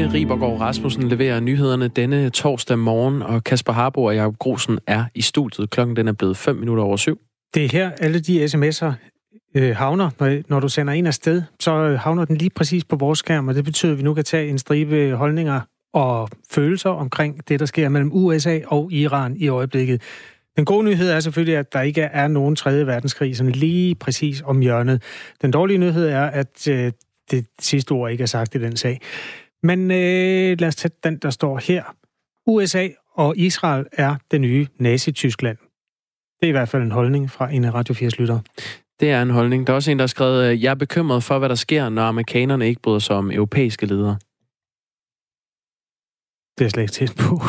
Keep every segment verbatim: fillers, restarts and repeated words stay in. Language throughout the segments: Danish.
Line Ribergaard Rasmussen leverer nyhederne denne torsdag morgen, og Kasper Harbo og Jacob Grosen er i studiet. Klokken den er blevet fem minutter over syv. Det er her, alle de sms'er øh, havner. Når, når du sender en afsted, så havner den lige præcis på vores skærm, og det betyder, at vi nu kan tage en stribe holdninger og følelser omkring det, der sker mellem U S A og Iran i øjeblikket. Den gode nyhed er selvfølgelig, at der ikke er nogen tredje verdenskrig sådan lige præcis om hjørnet. Den dårlige nyhed er, at øh, det sidste ord ikke er sagt i den sag. Men øh, lad os tage den, der står her. U S A og Israel er det nye Nazi-Tyskland. Det er i hvert fald en holdning fra en af Radio firs lyttere. Det er en holdning. Der er også en, der har skrevet, jeg er bekymret for, hvad der sker, når amerikanerne ikke bryder sig om europæiske ledere. Det er slet ikke tæt på.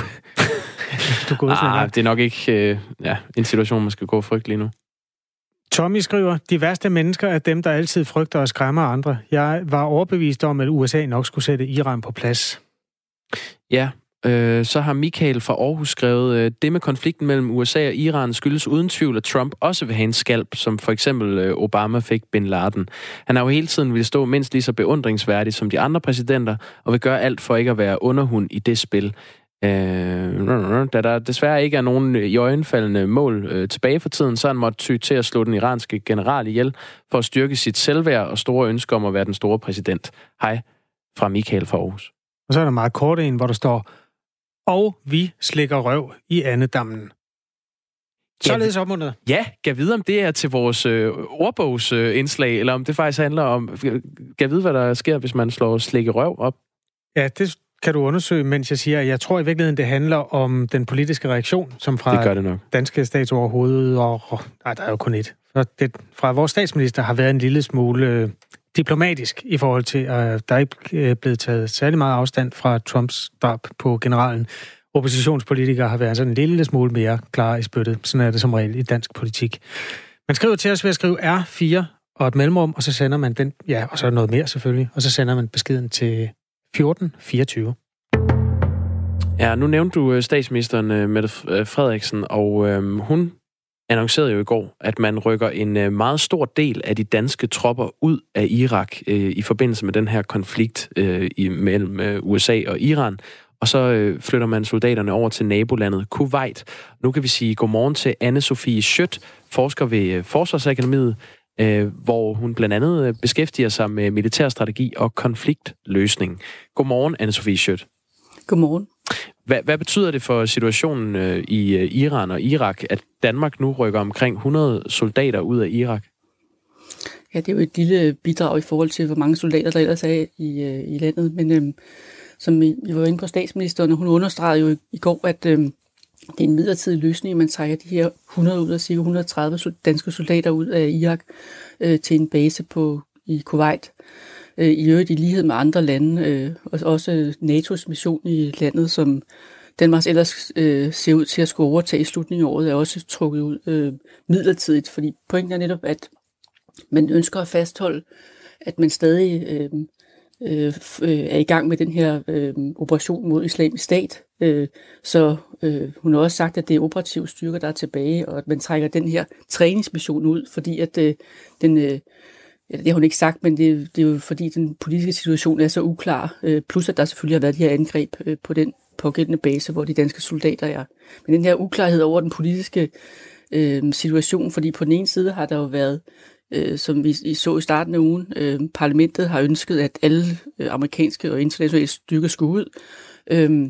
du ah, det er nok ikke øh, ja, en situation, man skal gå frygt lige nu. Tommy skriver, de værste mennesker er dem, der altid frygter og skræmmer andre. Jeg var overbevist om, at U S A nok skulle sætte Iran på plads. Ja, øh, så har Michael fra Aarhus skrevet, øh, det med konflikten mellem U S A og Iran skyldes uden tvivl, at Trump også vil have en skalp, som for eksempel øh, Obama fik Bin Laden. Han har jo hele tiden ville stå mindst lige så beundringsværdig som de andre præsidenter, og vil gøre alt for ikke at være underhund i det spil. Øh, da der desværre ikke er nogen iøjnefaldende mål øh, tilbage for tiden, så han måtte ty til at slå den iranske general ihjel for at styrke sit selvværd og store ønsker om at være den store præsident. Hej fra Michael fra Aarhus. Og så er der meget kort en, hvor der står, og vi slikker røv i andedammen. Således opmundet. Ja, gav vide, om det er til vores øh, ordbogsindslag, øh, eller om det faktisk handler om, gav vide, hvad der sker, hvis man slår slikke røv op. Ja, det kan du undersøge, mens jeg siger, at jeg tror i virkeligheden, det handler om den politiske reaktion, som fra det gør det nok. Danske statsoverhoved, og nej, der er jo kun et. Det, fra vores statsminister har været en lille smule øh, diplomatisk i forhold til, at øh, der er ikke blevet taget særlig meget afstand fra Trumps drab på generalen. Oppositionspolitikere har været sådan en lille smule mere klar i spyttet. Sådan er det som regel i dansk politik. Man skriver til os ved at skrive R fire og et mellemrum, og så sender man den, ja, og så noget mere selvfølgelig, og så sender man beskeden til fjorten fireogtyve. Ja, nu nævnte du statsministeren Mette Frederiksen, og øhm, hun annoncerede jo i går, at man rykker en øh, meget stor del af de danske tropper ud af Irak øh, i forbindelse med den her konflikt øh, i, mellem øh, U S A og Iran. Og så øh, flytter man soldaterne over til nabolandet Kuwait. Nu kan vi sige godmorgen til Anne-Sophie Schødt, forsker ved øh, Forsvarsakademiet, øh, hvor hun blandt andet øh, beskæftiger sig med militærstrategi og konfliktløsning. Godmorgen, Anne-Sophie Schødt. Godmorgen. Hvad, hvad betyder det for situationen øh, i øh, Iran og Irak, at Danmark nu rykker omkring hundrede soldater ud af Irak? Ja, det er jo et lille bidrag i forhold til, hvor mange soldater der ellers er i, øh, i landet. Men øh, som vi var inde på statsministeren, hun understregede jo i, i går, at øh, det er en midlertidig løsning, at man trækker de her hundrede ud af cirka et hundrede og tredive danske soldater ud af Irak øh, til en base på i Kuwait. I øvrigt i lighed med andre lande, øh, og også N A T O's mission i landet, som Danmark ellers øh, ser ud til at skulle overtage i slutningen af året, er også trukket ud øh, midlertidigt, fordi pointen er netop, at man ønsker at fastholde, at man stadig øh, øh, er i gang med den her øh, operation mod Islamisk Stat. Øh, så øh, hun har også sagt, at det er operative styrker, der er tilbage, og at man trækker den her træningsmission ud, fordi at øh, den... Øh, Ja, det har hun ikke sagt, men det, det er jo fordi, den politiske situation er så uklar. Øh, plus at der selvfølgelig har været de her angreb øh, på den pågældende base, hvor de danske soldater er. Men den her uklarhed over den politiske øh, situation, fordi på den ene side har der jo været, øh, som vi så i starten af ugen, øh, parlamentet har ønsket, at alle øh, amerikanske og internationale styrker skulle ud. Øh,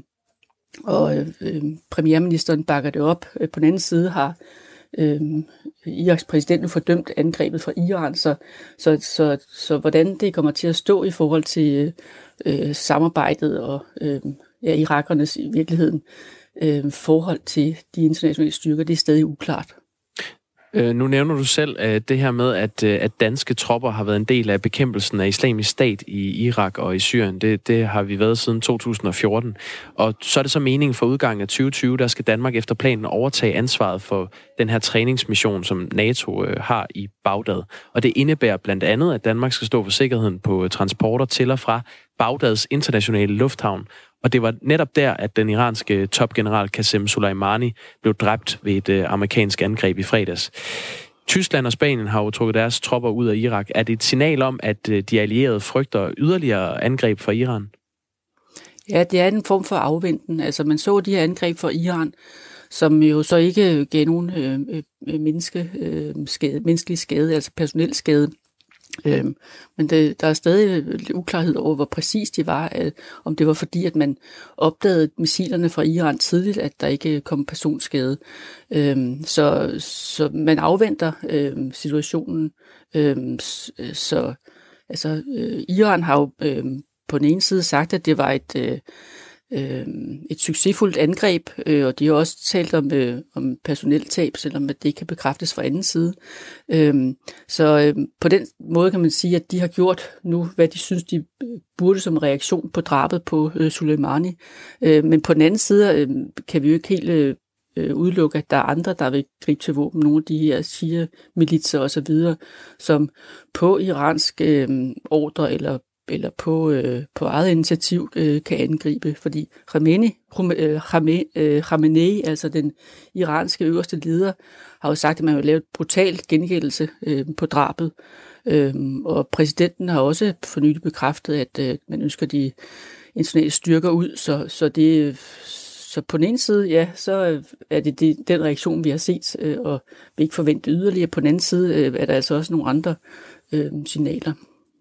og øh, premierministeren bakker det op. Øh, på den anden side har Øh, Iraks præsident nu fordømt angrebet fra Iran, så, så, så, så hvordan det kommer til at stå i forhold til øh, samarbejdet og øh, ja, irakernes i virkeligheden øh, forhold til de internationale styrker, det er stadig uklart. Øh, nu nævner du selv øh, det her med, at, øh, at danske tropper har været en del af bekæmpelsen af Islamisk Stat i Irak og i Syrien. Det, det har vi været siden to tusind og fjorten. Og så er det så meningen for udgangen af tyve tyve, der skal Danmark efter planen overtage ansvaret for den her træningsmission, som NATO øh, har i Bagdad. Og det indebærer blandt andet, at Danmark skal stå for sikkerheden på transporter til og fra Bagdads internationale lufthavn. Og det var netop der, at den iranske topgeneral Qasem Soleimani blev dræbt ved et øh, amerikansk angreb i fredags. Tyskland og Spanien har jo trukket deres tropper ud af Irak. Er det et signal om, at øh, de allierede frygter yderligere angreb fra Iran? Ja, det er en form for afventen. Altså man så de her angreb fra Iran, som jo så ikke gav nogen øh, øh, menneske, øh, skade, menneskelig skade, altså personel skade. Øhm, men det, der er stadig uklarhed over, hvor præcis de var, at, om det var fordi, at man opdagede missilerne fra Iran tidligt, at der ikke kom personskade. Øhm, så, så man afventer øhm, situationen. Øhm, så altså, øh, Iran har jo øh, på den ene side sagt, at det var et... Øh, et succesfuldt angreb, øh, og de har også talt om, øh, om personeltab, selvom det ikke kan bekræftes fra anden side. Øh, så øh, på den måde kan man sige, at de har gjort nu, hvad de synes, de burde som reaktion på drabet på øh, Soleimani. Øh, men på den anden side øh, kan vi jo ikke helt øh, udelukke, at der er andre, der vil gribe til våben. Nogle af de her Shia-militser osv., som på iransk øh, ordre eller eller på, øh, på eget initiativ øh, kan angribe, fordi Khamenei, øh, Khamenei, altså den iranske øverste leder, har jo sagt, at man vil lave et brutalt gengældelse øh, på drabet, øh, og præsidenten har også for nylig bekræftet, at øh, man ønsker de internationale styrker ud, så, så det så på den ene side, ja, så er det, det den reaktion, vi har set, øh, og vi ikke forventer yderligere. På den anden side øh, er der altså også nogle andre øh, signaler.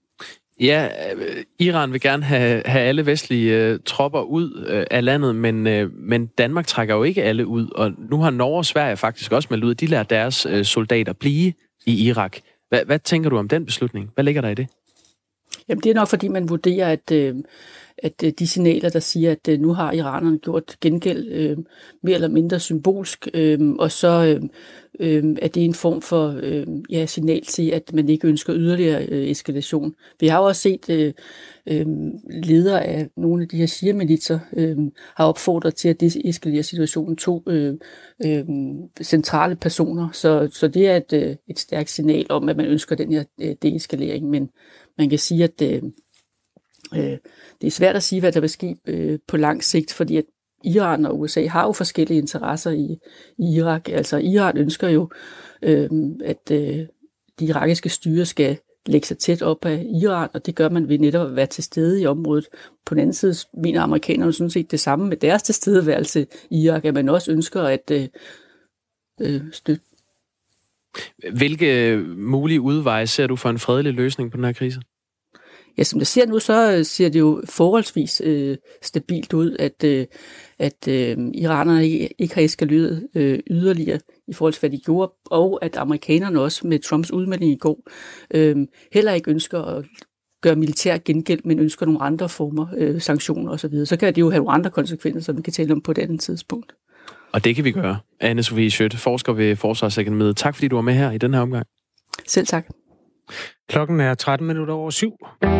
Ja, Iran vil gerne have, have alle vestlige uh, tropper ud uh, af landet, men, uh, men Danmark trækker jo ikke alle ud, og nu har Norge og Sverige faktisk også meldt ud, at de lader deres uh, soldater blive i Irak. Hva, hvad tænker du om den beslutning? Hvad ligger der i det? Jamen det er nok, fordi man vurderer, at, øh, at de signaler, der siger, at øh, nu har iranerne gjort gengæld øh, mere eller mindre symbolsk, øh, og så øh, øh, er det en form for øh, ja, signal til, at man ikke ønsker yderligere øh, eskalation. Vi har jo også set øh, øh, ledere af nogle af de her Shia-militser øh, har opfordret til at deeskalere situationen to øh, øh, centrale personer, så, så det er et, øh, et stærkt signal om, at man ønsker den her øh, deeskalering, men man kan sige, at øh, øh, det er svært at sige, hvad der vil ske øh, på lang sigt, fordi at Iran og U S A har jo forskellige interesser i, i Irak. Altså Iran ønsker jo, øh, at øh, de irakiske styre skal lægge sig tæt op af Iran, og det gør man ved netop at være til stede i området. På den anden side mener amerikanerne sådan set det samme med deres tilstedeværelse i Irak, at man også ønsker at øh, øh, støtte. Hvilke mulige udveje ser du for en fredelig løsning på den her krise? Ja, som det ser nu, så ser det jo forholdsvis øh, stabilt ud, at, øh, at øh, iranerne ikke, ikke har eskaleret øh, yderligere i forhold til, hvad de gjorde, og at amerikanerne også med Trumps udmelding i går øh, heller ikke ønsker at gøre militær gengæld, men ønsker nogle andre former, øh, sanktioner osv. Så kan det jo have nogle andre konsekvenser, som vi kan tale om på et andet tidspunkt. Og det kan vi gøre. Anne-Sophie Schødt, forsker ved Forsvarsakademiet. Tak fordi du var med her i den her omgang. Selv tak. Klokken er tretten minutter over syv.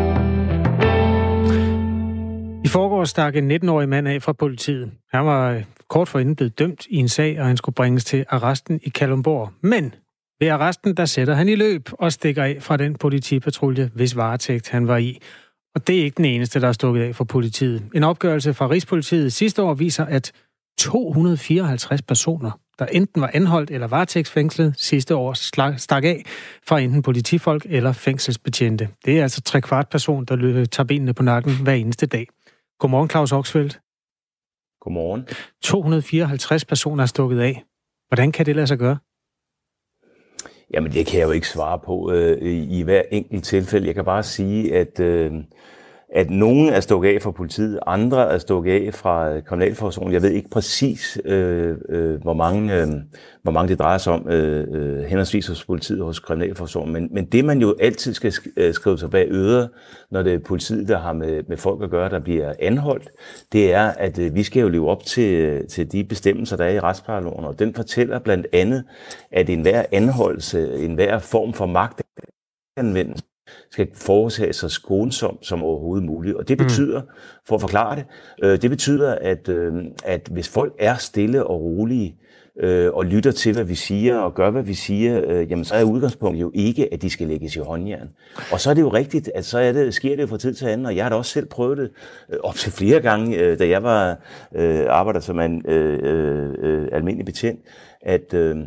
I forgårs stak en nitten-årig mand af fra politiet. Han var kort forinden blevet dømt i en sag, og han skulle bringes til arresten i Kalundborg. Men ved arresten, der sætter han i løb og stikker af fra den politipatrulje, hvis varetægt han var i. Og det er ikke den eneste, der er stukket af fra politiet. En opgørelse fra Rigspolitiet sidste år viser, at to hundrede fireoghalvtreds personer, der enten var anholdt eller varetægtsfængslet sidste år, stak af fra enten politifolk eller fængselsbetjente. Det er altså tre kvart person, der tager benene på nakken hver eneste dag. Godmorgen, Claus Oxfeldt. Godmorgen. to hundrede fireoghalvtreds personer er stukket af. Hvordan kan det lade sig gøre? Jamen, det kan jeg jo ikke svare på øh, i hver enkelt tilfælde. Jeg kan bare sige, at, øh, at nogen er stukket af fra politiet, andre er stukket af fra kriminalforsorgen. Jeg ved ikke præcis, øh, øh, hvor, mange, øh, hvor mange det drejer sig om, øh, øh, henholdsvis hos politiet og hos kriminalforsorgen. Men, men det, man jo altid skal skrive sig bag øret, når det er politiet, der har med, med folk at gøre, der bliver anholdt, det er, at øh, vi skal jo leve op til, til de bestemmelser, der er i retsplejeloven. Og den fortæller blandt andet, at enhver anholdelse, enhver form for magtanvendelse, skal foretage sig skånsomt som overhovedet muligt. Og det betyder, for at forklare det, øh, det betyder, at, øh, at hvis folk er stille og rolige, øh, og lytter til, hvad vi siger, og gør, hvad vi siger, øh, jamen så er udgangspunktet jo ikke, at de skal lægges i håndjern. Og så er det jo rigtigt, at så er det, sker det jo fra tid til anden, og jeg har da også selv prøvet det øh, op til flere gange, øh, da jeg var øh, arbejder som en øh, øh, almindelig betjent, at øh,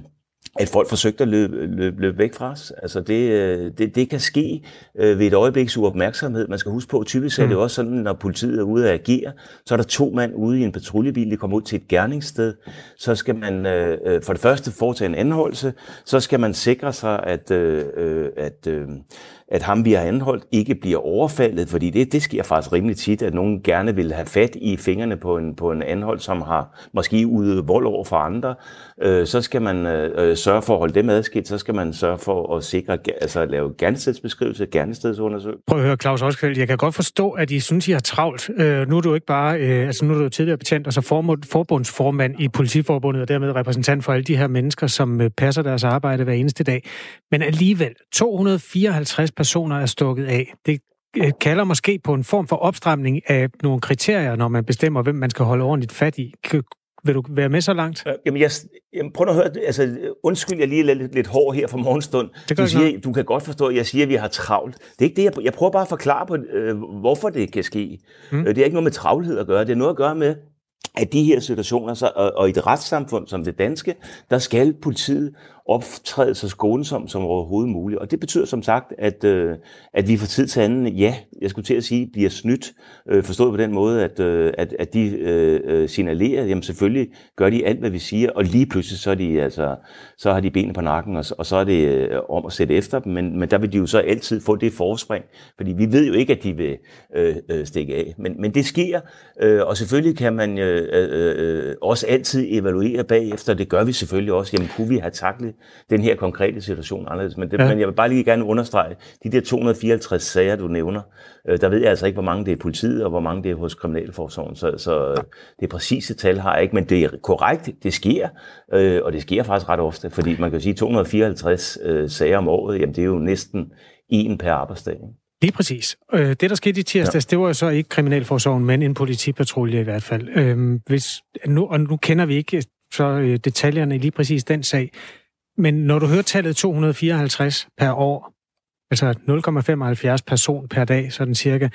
at folk forsøgte at løbe, løbe, løbe væk fra os. Altså det, det, det kan ske øh, ved et øjebliks uopmærksomhed. Man skal huske på, at typisk er det også sådan, når politiet er ude at agere, så er der to mand ude i en patruljebil, de kommer ud til et gerningssted. Så skal man øh, for det første foretage en anholdelse, så skal man sikre sig, at, øh, at, øh, at ham, vi har anholdt, ikke bliver overfaldet, fordi det, det sker faktisk rimelig tit, at nogen gerne vil have fat i fingrene på en, på en anholdt, som har måske udøvet vold over for andre. Øh, så skal man øh, sørge for at holde dem adskilt, så skal man sørge for at sikre, altså at lave gerningsstedsbeskrivelse, gerningsstedsundersøgelse. Prøv at høre, Claus Oxfeldt, jeg kan godt forstå, at I synes, I har travlt. Øh, nu er du ikke bare, øh, altså nu er du tidligere betjent, og så forbundsformand i Politiforbundet, og dermed repræsentant for alle de her mennesker, som øh, passer deres arbejde hver eneste dag. Men alligevel, to hundrede og fireoghalvtreds personer er stukket af. Det øh, kalder måske på en form for opstramning af nogle kriterier, når man bestemmer, hvem man skal holde ordentligt fat i. Vil du være med så langt? Jamen, jeg, jamen prøv at høre, altså, undskyld, jeg lige er lidt, lidt hård her for morgenstund. Du, siger, du kan godt forstå, at jeg siger, at vi har travlt. Det er ikke det, jeg, jeg prøver bare at forklare på, øh, hvorfor det kan ske. Mm. Det er ikke noget med travlhed at gøre, det er noget at gøre med, at de her situationer, så, og, og i et retssamfund som det danske, der skal politiet optræde så skånsomt som overhovedet muligt. Og det betyder som sagt, at, øh, at vi fra tid til anden, ja, jeg skulle til at sige, bliver snydt, øh, forstået på den måde, at, øh, at, at de øh, signalerer, jamen selvfølgelig gør de alt, hvad vi siger, og lige pludselig så, er de, altså, så har de benene på nakken, og, og så er det øh, om at sætte efter dem, men, men der vil de jo så altid få det forspring, fordi vi ved jo ikke, at de vil øh, øh, stikke af. Men, men det sker, øh, og selvfølgelig kan man øh, øh, også altid evaluere bagefter, det gør vi selvfølgelig også, jamen kunne vi have taklet den her konkrete situation anderledes. Men, det, ja. men jeg vil bare lige gerne understrege, de der to hundrede og fireoghalvtreds sager, du nævner, øh, der ved jeg altså ikke, hvor mange det er politiet, og hvor mange det er hos Kriminalforsorgen. Så, så ja. det præcise tal har jeg ikke, men det er korrekt, det sker, øh, og det sker faktisk ret ofte, fordi man kan sige, to hundrede og fireoghalvtreds øh, sager om året, jamen det er jo næsten en per arbejdsdag. Lige præcis. Det, der skete i tirsdags, ja. det var jo så ikke Kriminalforsorgen, men en politipatrulje i hvert fald. Øhm, hvis, nu, og nu kender vi ikke så detaljerne i lige præcis den sag, men når du hører tallet to hundrede og fireoghalvtreds per år, altså nul komma femoghalvfjerds person per dag, sådan cirka,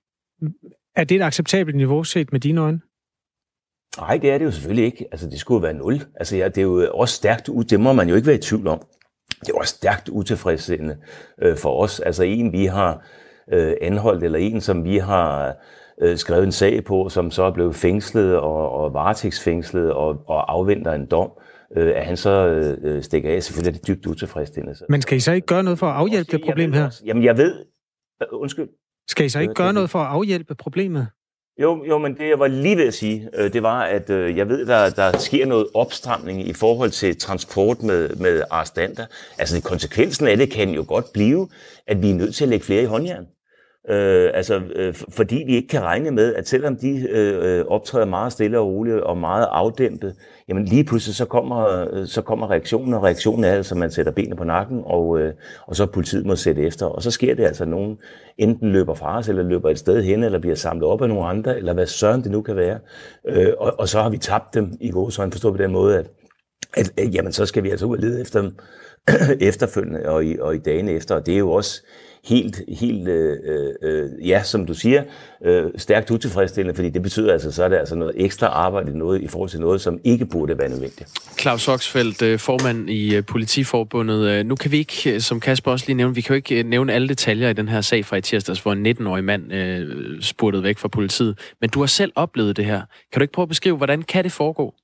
er det et acceptabelt niveau set med dine øjne? Nej, det er det jo selvfølgelig ikke. Altså, det skulle jo være nul. Altså, ja, det er jo også stærkt, det må man jo ikke være i tvivl om. Det er også stærkt utilfredsstillende øh, for os. Altså, en vi har øh, anholdt, eller en, som vi har øh, skrevet en sag på, som så er blevet fængslet og, og varetægtsfængslet og, og afventer en dom, øh, at han så øh, stikker af. Selvfølgelig er det dybt utilfredsstillende. Men skal I så ikke gøre noget for at afhjælpe det problem her? Også, jamen, jeg ved... Uh, undskyld. Skal I så ikke gøre noget for at afhjælpe problemet? Jo, jo, men det jeg var lige ved at sige, øh, det var, at øh, jeg ved, der der sker noget opstramning i forhold til transport med, med arrestanter. Altså, konsekvensen af det kan jo godt blive, at vi er nødt til at lægge flere i håndjern. Øh, altså, øh, fordi vi ikke kan regne med, at selvom de øh, optræder meget stille og roligt og meget afdæmpet, jamen lige pludselig så kommer, så kommer reaktionen, og reaktionen er altså, at man sætter benene på nakken, og, øh, og så politiet må sætte efter. Og så sker det altså, at nogen enten løber fra os, eller løber et sted hen, eller bliver samlet op af nogle andre, eller hvad søren det nu kan være. Øh, og, og så har vi tabt dem i gåseøjne, forstået på den måde, at, at, at jamen, så skal vi altså ud og lede efter dem efterfølgende og i, og i dagene efter. Og det er jo også helt, helt øh, øh, ja, som du siger, øh, stærkt utilfredsstillende, fordi det betyder altså, så er det altså noget ekstra arbejde noget, i forhold til noget, som ikke burde være nødvendigt. Claus Oxfeldt, formand i Politiforbundet. Nu kan vi ikke, som Kasper også lige nævnte, vi kan jo ikke nævne alle detaljer i den her sag fra i tirsdags, hvor en nitten-årig mand øh, spurtede væk fra politiet. Men du har selv oplevet det her. Kan du ikke prøve at beskrive, hvordan kan det foregå?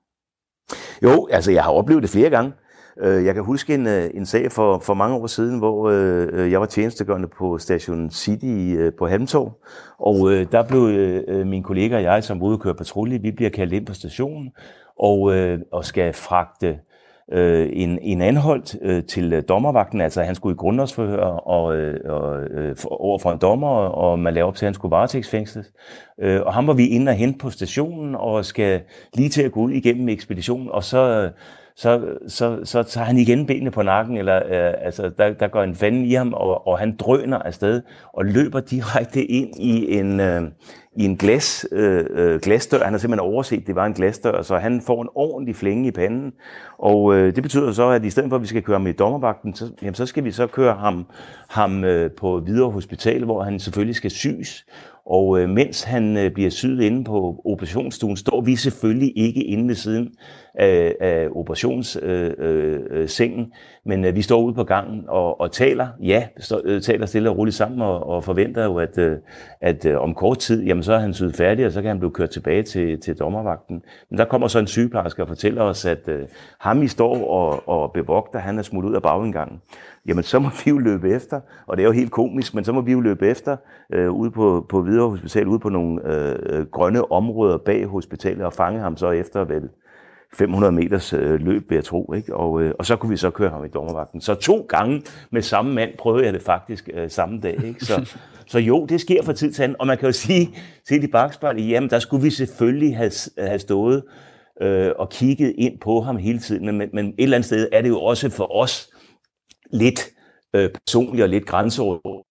Jo, altså jeg har oplevet det flere gange. Jeg kan huske en, en sag for, for mange år siden, hvor øh, jeg var tjenestegørende på Station City øh, på Halmtorv, og øh, der blev øh, min kollega og jeg, som ude køre patrulje, vi bliver kaldt ind på stationen og, øh, og skal fragte øh, en, en anholdt øh, til dommervagten, altså han skulle i grundlovsforhør og, øh, og, øh, over for en dommer, og man lavede op til, at han skulle varetægtsfængsles. Øh, og ham var vi inde og hente på stationen, og skal lige til at gå ud igennem ekspeditionen, og så... Så, så, så tager han igen benene på nakken, eller øh, altså, der, der går en fanden i ham, og, og han drøner afsted og løber direkte ind i en, øh, i en glas, øh, glasdør. Han har simpelthen overset, det var en glasdør, så han får en ordentlig flænge i panden. Og øh, det betyder så, at i stedet for, at vi skal køre ham i dommervagten, så, jamen, så skal vi så køre ham, ham øh, på Hvidovre Hospital, hvor han selvfølgelig skal syes. Og øh, mens han øh, bliver syet inde på operationsstuen, står vi selvfølgelig ikke inde ved siden af, af operationssengen, øh, øh, sengen, men øh, vi står ude på gangen og, og taler, ja, stå, øh, taler stille og roligt sammen og, og forventer jo, at, øh, at øh, om kort tid, jamen så er han syet færdig, og så kan han blive kørt tilbage til, til dommervagten. Men der kommer så en sygeplejerske og fortæller os, at øh, ham I står og, og bevogter, han er smuttet ud af bagindgangen. Jamen så må vi jo løbe efter, og det er jo helt komisk, men så må vi jo løbe efter øh, ude på, på Hvidovre Hospital, ude på nogle øh, grønne områder bag hospitalet, og fange ham så efter vel fem hundrede meters øh, løb, vil jeg tro, ikke? Og, øh, og så kunne vi så køre ham i dommervagten. Så to gange med samme mand prøvede jeg det faktisk øh, samme dag, ikke? Så, så jo, det sker fra tid til anden, og man kan jo sige, set i bakspejlet, jamen der skulle vi selvfølgelig have, have stået øh, og kigget ind på ham hele tiden, men, men et eller andet sted er det jo også for os lidt øh, personligt og lidt grænseoverskridende.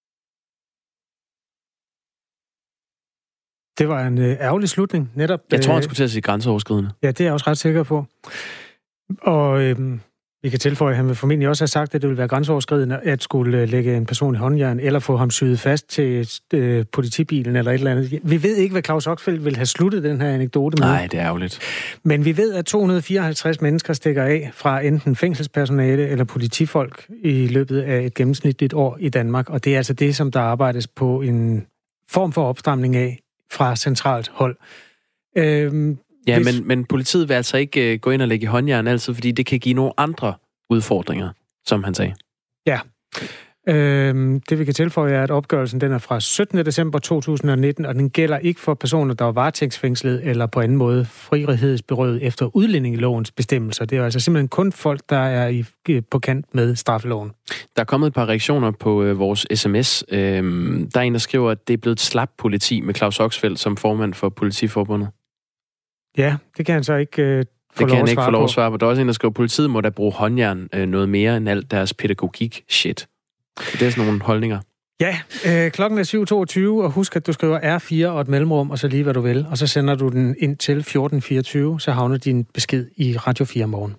Det var en øh, ærgerlig slutning, netop. Jeg tror, han skulle til at sige grænseoverskridende. Ja, det er jeg også ret sikker på. Og øh, vi kan tilføje, at han vil formentlig også have sagt, at det vil være grænseoverskridende at skulle øh, lægge en person i håndjern, eller få ham syet fast til øh, politibilen eller et eller andet. Vi ved ikke, hvad Claus Oxfeldt vil have sluttet den her anekdote med. Nej, det er ærgerligt. Men vi ved, at to hundrede og fireoghalvtreds mennesker stikker af fra enten fængselspersonale eller politifolk i løbet af et gennemsnitligt år i Danmark. Og det er altså det, som der arbejdes på en form for opstramning af fra centralt hold. Øhm, ja, hvis... men, men politiet vil altså ikke uh, gå ind og lægge i håndjern altid, fordi det kan give nogle andre udfordringer, som han sagde. Ja. Øhm, det vi kan tilføje er, at opgørelsen den er fra syttende december to tusind og nitten, og den gælder ikke for personer, der var varetægtsfængslet eller på anden måde frihedsberøvet efter udlændingelovens bestemmelser. Det er altså simpelthen kun folk, der er i, på kant med straffeloven. Der er kommet et par reaktioner på øh, vores sms. Øhm, der er en, der skriver, at det er blevet et slap politi med Claus Oxfeldt som formand for Politiforbundet. Ja, det kan han så ikke øh, få Det kan han ikke få lov på. at svare på. Der er også en, der skriver, at politiet må da bruge håndjern øh, noget mere end alt deres pædagogik-shit. Det er sådan nogle holdninger. Ja, øh, klokken er syv toogtyve, og husk, at du skriver R fire og et mellemrum, og så lige hvad du vil, og så sender du den ind til fjorten fireogtyve, så havner din besked i Radio fire morgen.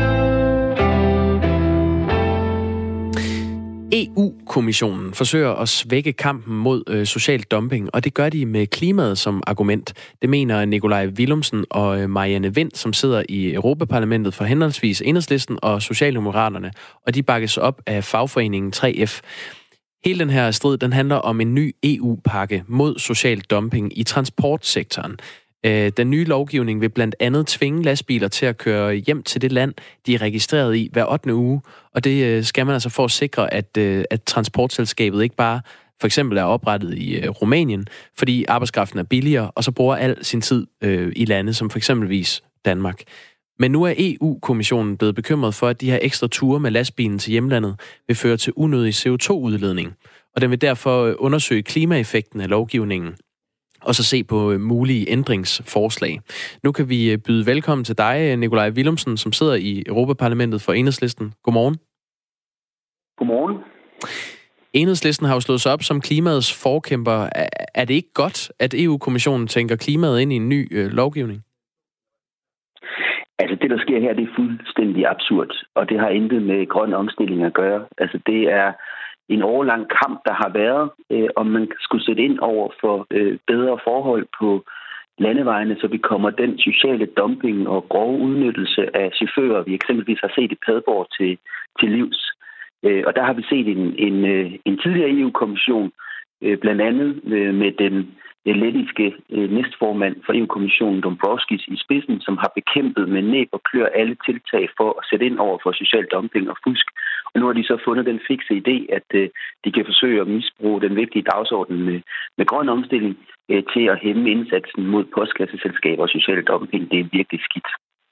E U-kommissionen forsøger at svække kampen mod øh, social dumping, og det gør de med klimaet som argument. Det mener Nikolaj Villumsen og øh, Marianne Vind, som sidder i Europaparlamentet for henholdsvis Enhedslisten og Socialdemokraterne, og de bakkes op af fagforeningen tre F. Hele den her strid, den handler om en ny E U-pakke mod social dumping i transportsektoren. Den nye lovgivning vil blandt andet tvinge lastbiler til at køre hjem til det land, de er registreret i hver ottende uge. Og det skal man altså for at sikre, at, at transportselskabet ikke bare for eksempel er oprettet i Rumænien, fordi arbejdskraften er billigere, og så bruger al sin tid øh, i lande som for eksempelvis Danmark. Men nu er E U-kommissionen blevet bekymret for, at de her ekstra ture med lastbilen til hjemlandet vil føre til unødig C O to udledning. Og den vil derfor undersøge klimaeffekten af lovgivningen og så se på mulige ændringsforslag. Nu kan vi byde velkommen til dig, Nikolaj Villumsen, som sidder i Europaparlamentet for Enhedslisten. Godmorgen. Godmorgen. Enhedslisten har jo slået sig op som klimaets forkæmper. Er det ikke godt, at E U-kommissionen tænker klimaet ind i en ny øh, lovgivning? Altså det, der sker her, det er fuldstændig absurd, og det har intet med grøn omstilling at gøre. Altså det er en årelang kamp, der har været, øh, om man skulle sætte ind over for øh, bedre forhold på landevejene, så vi kommer den sociale dumping og grove udnyttelse af chauffører, vi eksempelvis har set i Padborg, til, til livs. Øh, og der har vi set en, en, en tidligere E U-kommission, øh, blandt andet øh, med den lettiske øh, næstformand for E U-kommissionen, Dombrovskis, i spidsen, som har bekæmpet med næb og klør alle tiltag for at sætte ind over for social dumping og fusk. Og nu har de så fundet den fikse idé, at øh, de kan forsøge at misbruge den vigtige dagsorden med, med grøn omstilling øh, til at hæmme indsatsen mod postkasseselskaber og social dumping. Det er virkelig skidt.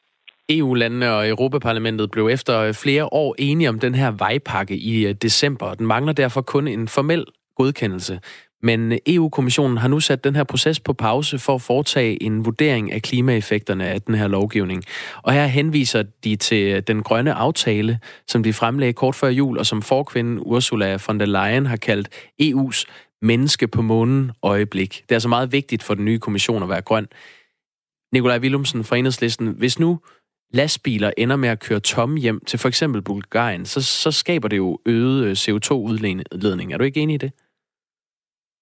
E U-landene og Europaparlamentet blev efter flere år enige om den her vejpakke i december. Den mangler derfor kun en formel godkendelse. Men E U-kommissionen har nu sat den her proces på pause for at foretage en vurdering af klimaeffekterne af den her lovgivning. Og her henviser de til den grønne aftale, som de fremlagde kort før jul, og som forkvinden Ursula von der Leyen har kaldt E U's menneske på månen øjeblik. Det er altså meget vigtigt for den nye kommission at være grøn. Nikolaj Villumsen fra Enhedslisten, hvis nu lastbiler ender med at køre tomme hjem til for eksempel Bulgarien, så, så skaber det jo øget C O to udledning. Er du ikke enig i det?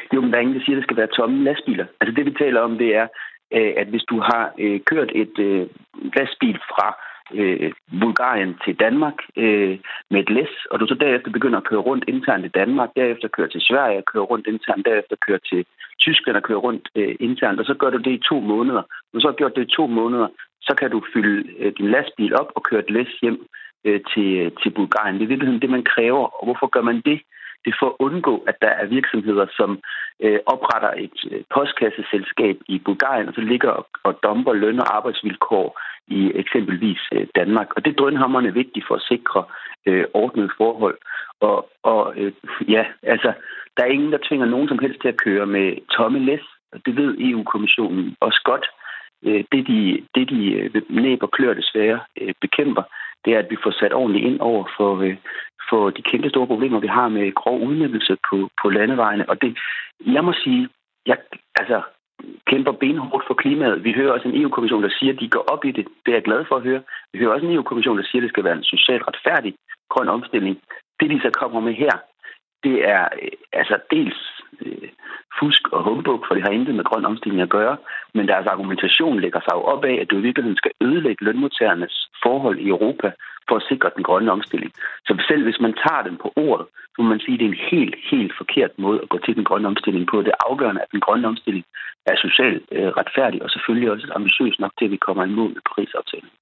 Jo, men der er ingen, der siger, at det skal være tomme lastbiler. Altså det, vi taler om, det er, at hvis du har kørt et lastbil fra Bulgarien til Danmark med et læs, og du så derefter begynder at køre rundt internt i Danmark, derefter kører til Sverige og kører rundt internt, derefter kører til Tyskland og kører rundt internt, og så gør du det i to måneder. Når du så har gjort det i to måneder, så kan du fylde din lastbil op og køre et læs hjem til, til Bulgarien. Det er virkelig det, man kræver. Og hvorfor gør man det? Det er for at undgå, at der er virksomheder, som øh, opretter et øh, postkasseselskab i Bulgarien, og så ligger og, og dumper løn- og arbejdsvilkår i eksempelvis øh, Danmark. Og det er drønhamrende vigtigt for at sikre øh, ordnede forhold. Og, og øh, ja, altså, der er ingen, der tvinger nogen som helst til at køre med tomme læs. Og det ved E U-kommissionen også godt. Øh, det, de, det, de øh, næb og klør desværre øh, bekæmper, det er, at vi får sat ordentligt ind over for, øh, for de kæmpe store problemer, vi har med grov udnyttelse på, på landevejene. Og det, jeg må sige, jeg altså, kæmper benhårdt for klimaet. Vi hører også en E U-kommission, der siger, at de går op i det. Det er jeg glad for at høre. Vi hører også en E U-kommission, der siger, at det skal være en socialt retfærdig grøn omstilling. Det, de så kommer med her, det er øh, altså dels øh, fusk og humbug, for det har intet med grøn omstilling at gøre, men deres argumentation lægger sig jo op af, at du i virkeligheden skal ødelægge lønmodtagernes forhold i Europa for at sikre den grønne omstilling. Så selv hvis man tager den på ordet, så må man sige, at det er en helt, helt forkert måde at gå til den grønne omstilling på. Det er afgørende, at den grønne omstilling er socialt øh, retfærdig, og selvfølgelig også ambitiøs nok til, at vi kommer i mål med Paris-aftalen.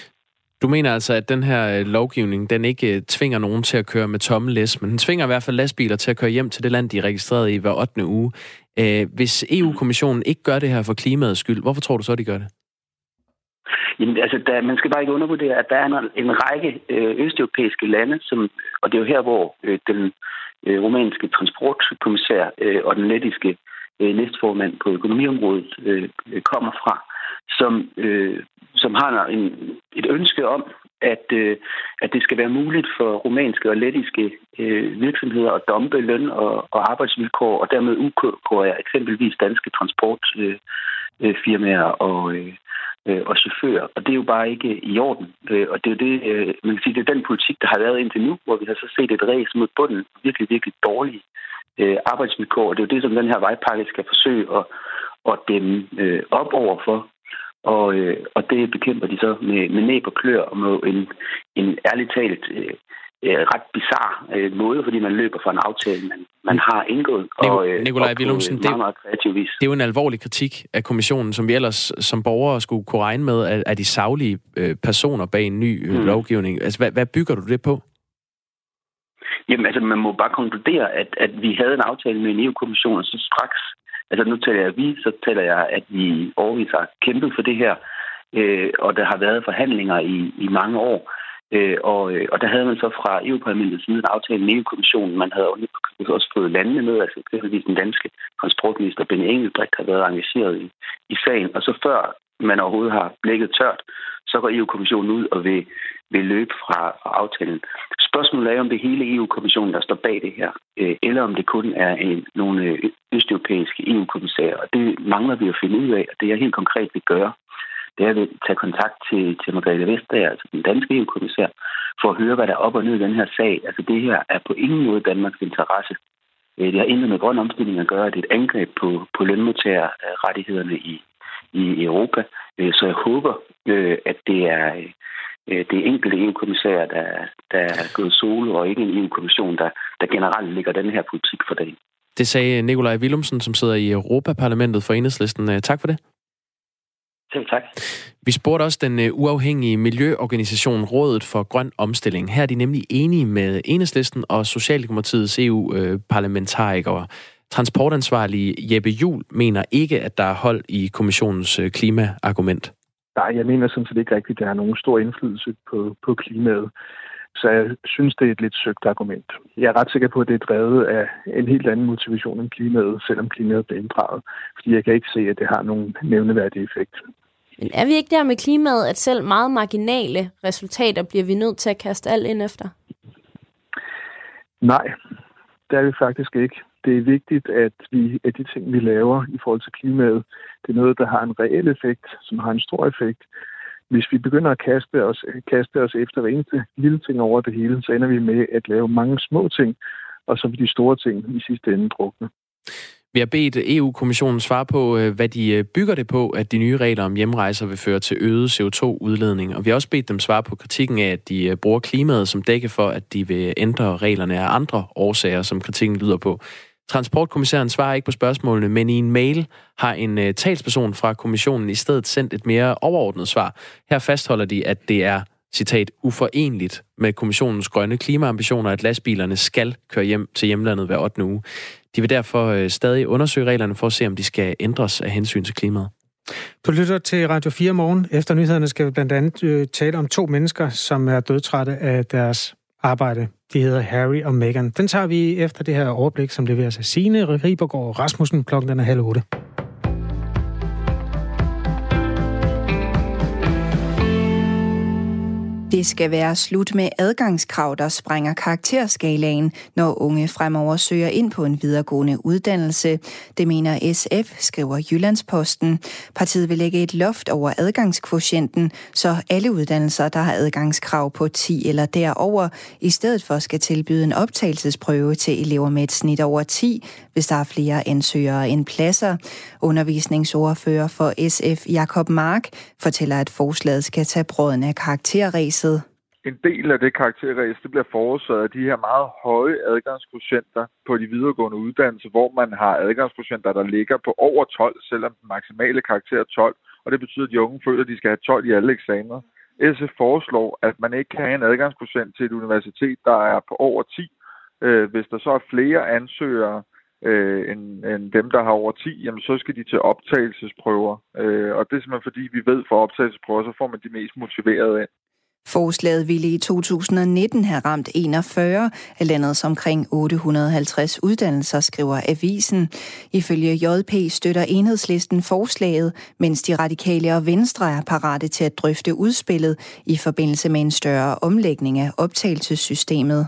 Du mener altså, at den her lovgivning, den ikke tvinger nogen til at køre med tomme læs, men den tvinger i hvert fald lastbiler til at køre hjem til det land, de er registreret i hver ottende uge. Hvis E U-kommissionen ikke gør det her for klimaets skyld, hvorfor tror du så, de gør det? Jamen, altså, der, man skal bare ikke undervurdere, at der er en, en række øh, østeuropæiske lande, som, og det er jo her, hvor øh, den øh, rumænske transportkommissær øh, og den lettiske øh, næstformand på økonomiområdet øh, kommer fra, som, øh, som har en, et ønske om, at, øh, at det skal være muligt for rumænske og lettiske øh, virksomheder at dumpe løn- og, og arbejdsvilkår, og dermed udkonkurrere eksempelvis danske transportfirmaer øh, og, øh, og chauffører. Og det er jo bare ikke i orden. Og det er jo det, øh, man kan sige, det er den politik, der har været indtil nu, hvor vi har så set et ræs mod bunden, virkelig, virkelig dårlige øh, arbejdsvilkår. Og det er jo det, som den her vejpakke skal forsøge at, at dæmme øh, op overfor. Og, øh, og det bekæmper de så med, med næb og klør og med en, en ærligt talt øh, ret bizarre øh, måde, fordi man løber fra en aftale, man, man har indgået. Og, øh, Nikolaj og Villumsen, meget, meget kreativ vis. Det er jo en alvorlig kritik af kommissionen, som vi ellers som borgere skulle kunne regne med, at, at de saglige øh, personer bag en ny øh, mm. lovgivning. Altså, hvad, hvad bygger du det på? Jamen, altså, man må bare konkludere, at, at vi havde en aftale med en E U-kommission, og så straks. Altså nu taler jeg vi, så taler jeg, at vi overvis har kæmpet for det her, øh, og der har været forhandlinger i, i mange år. Øh, og, og der havde man så fra E U-parlamentets side en aftale med E U-kommissionen. Man havde også fået landene med, altså eksempelvis den danske transportminister Benny Engelbrecht har været engageret i, i sagen. Og så før man overhovedet har blikket tørt, så går E U-kommissionen ud og vil, vil løbe fra, fra aftalen. Spørgsmålet er, om det hele E U-kommissionen, der står bag det her, øh, eller om det kun er en, nogle østeuropæiske E U-kommissærer. Og det mangler vi at finde ud af, og det jeg helt konkret vil gøre, det er at tage kontakt til, til Margrethe Vestager, altså den danske E U-kommissær, for at høre, hvad der er op og ned i den her sag. Altså det her er på ingen måde Danmarks interesse. Det har intet med grøn omstilling at gøre. Det er et angreb på, på lønmodtagerrettighederne i, i Europa. Så jeg håber, at det er det enkelte E U-kommissær, der, der er gået solo, og ikke en E U-kommission, der, der generelt ligger den her politik for dagen. Det sagde Nikolaj Villumsen, som sidder i Europaparlamentet for Enhedslisten. Tak for det. Selv tak. Vi spurgte også den uafhængige miljøorganisation Rådet for Grøn Omstilling. Her er de nemlig enige med Enhedslisten og Socialdemokratiets E U-parlamentarikere. Transportansvarlige Jeppe Juhl mener ikke, at der er hold i kommissionens klimaargument. Nej, jeg mener sådan set ikke rigtigt, at der har nogen stor indflydelse på, på klimaet. Så jeg synes, det er et lidt søgt argument. Jeg er ret sikker på, at det er drevet af en helt anden motivation end klimaet, selvom klimaet bliver inddraget. Fordi jeg kan ikke se, at det har nogen nævneværdig effekt. Men er vi ikke der med klimaet, at selv meget marginale resultater bliver vi nødt til at kaste alt ind efter? Nej, det er vi faktisk ikke. Det er vigtigt, at, vi, at de ting, vi laver i forhold til klimaet, det er noget, der har en reel effekt, som har en stor effekt. Hvis vi begynder at kaste os, kaste os efter hver eneste lille ting over det hele, så ender vi med at lave mange små ting, og så vil de store ting i sidste ende drukne. Vi har bedt E U-kommissionen svare på, hvad de bygger det på, at de nye regler om hjemrejser vil føre til øget C O to udledning. Og vi har også bedt dem svare på kritikken af, at de bruger klimaet som dække for, at de vil ændre reglerne af andre årsager, som kritikken lyder på. Transportkommissæren svarer ikke på spørgsmålene, men i en mail har en talsperson fra kommissionen i stedet sendt et mere overordnet svar. Her fastholder de, at det er, citat, uforenligt med kommissionens grønne klimaambitioner, at lastbilerne skal køre hjem til hjemlandet hver ottende uge. De vil derfor stadig undersøge reglerne for at se, om de skal ændres af hensyn til klimaet. Du lytter til Radio fire morgen. Efter nyhederne skal vi blandt andet øh, tale om to mennesker, som er dødtrætte af deres arbejde. De hedder Harry og Meghan. Den tager vi efter det her overblik, som leveres af Signe Ribergaard Rasmussen. Klokken den er halv otte. Det skal være slut med adgangskrav, der sprænger karakterskalaen, når unge fremover søger ind på en videregående uddannelse. Det mener S F, skriver Jyllandsposten. Partiet vil lægge et loft over adgangskvotienten, så alle uddannelser, der har adgangskrav på ti eller derover, i stedet for skal tilbyde en optagelsesprøve til elever med et snit over ti, hvis der er flere ansøgere end pladser. Undervisningsordfører for S F, Jakob Mark, fortæller, at forslaget skal tage brodden af karakterræset. En del af det karakterræs, det bliver forårsaget af de her meget høje adgangskvotienter på de videregående uddannelser, hvor man har adgangskvotienter, der ligger på over tolv, selvom den maksimale karakter er tolv, og det betyder, at de unge føler, at de skal have tolv i alle eksamener. S F foreslår, at man ikke kan have en adgangskvotient til et universitet, der er på over ti. Hvis der så er flere ansøgere øh, end, end dem, der har over ti, jamen så skal de til optagelsesprøver. Og det er simpelthen fordi, vi ved, for optagelsesprøver, så får man de mest motiverede ind. Forslaget ville i to tusind og nitten have ramt enogfyrre af landets omkring otte hundrede og halvtreds uddannelser, skriver avisen. Ifølge J P støtter Enhedslisten forslaget, mens de radikale og Venstre er parate til at drøfte udspillet i forbindelse med en større omlægning af optagelsessystemet.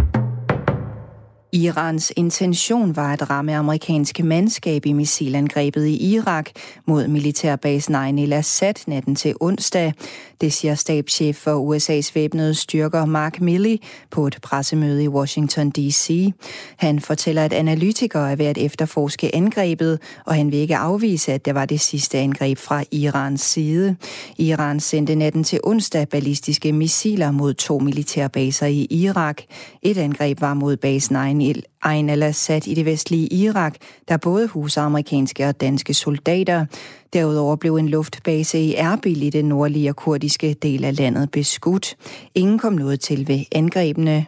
Irans intention var at ramme amerikanske mandskab i missilangrebet i Irak mod militærbasen Ain el-Assad natten til onsdag. Det siger stabschef for U S A's væbnede styrker Mark Milley på et pressemøde i Washington D C. Han fortæller, at analytikere er ved at efterforske angrebet, og han vil ikke afvise, at det var det sidste angreb fra Irans side. Iran sendte natten til onsdag ballistiske missiler mod to militærbaser i Irak. Et angreb var mod basen Ain el-Assad i det vestlige Irak, der både huser amerikanske og danske soldater. Derudover blev en luftbase i Erbil i den nordlige og kurdiske del af landet beskudt. Ingen kom noget til ved angrebene.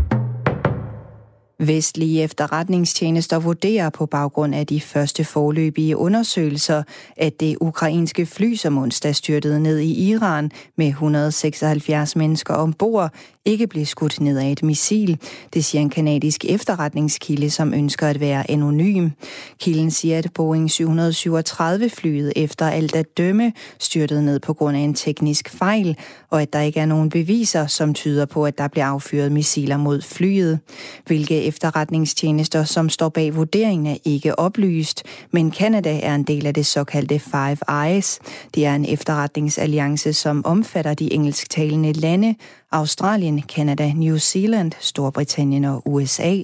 Vestlige efterretningstjenester vurderer på baggrund af de første foreløbige undersøgelser, at det ukrainske fly, som onsdag styrtede ned i Iran med et hundrede og seksoghalvfjerds mennesker ombord, ikke blev skudt ned af et missil. Det siger en kanadisk efterretningskilde, som ønsker at være anonym. Kilden siger, at Boeing syv syvogtredive flyet efter alt at dømme styrtede ned på grund af en teknisk fejl, og at der ikke er nogen beviser, som tyder på, at der blev affyret missiler mod flyet. Hvilke efterretningstjenester, som står bag vurderingen, er ikke oplyst, men Canada er en del af det såkaldte Five Eyes. Det er en efterretningsalliance, som omfatter de engelsktalende lande, Australien, Canada, New Zealand, Storbritannien og U S A.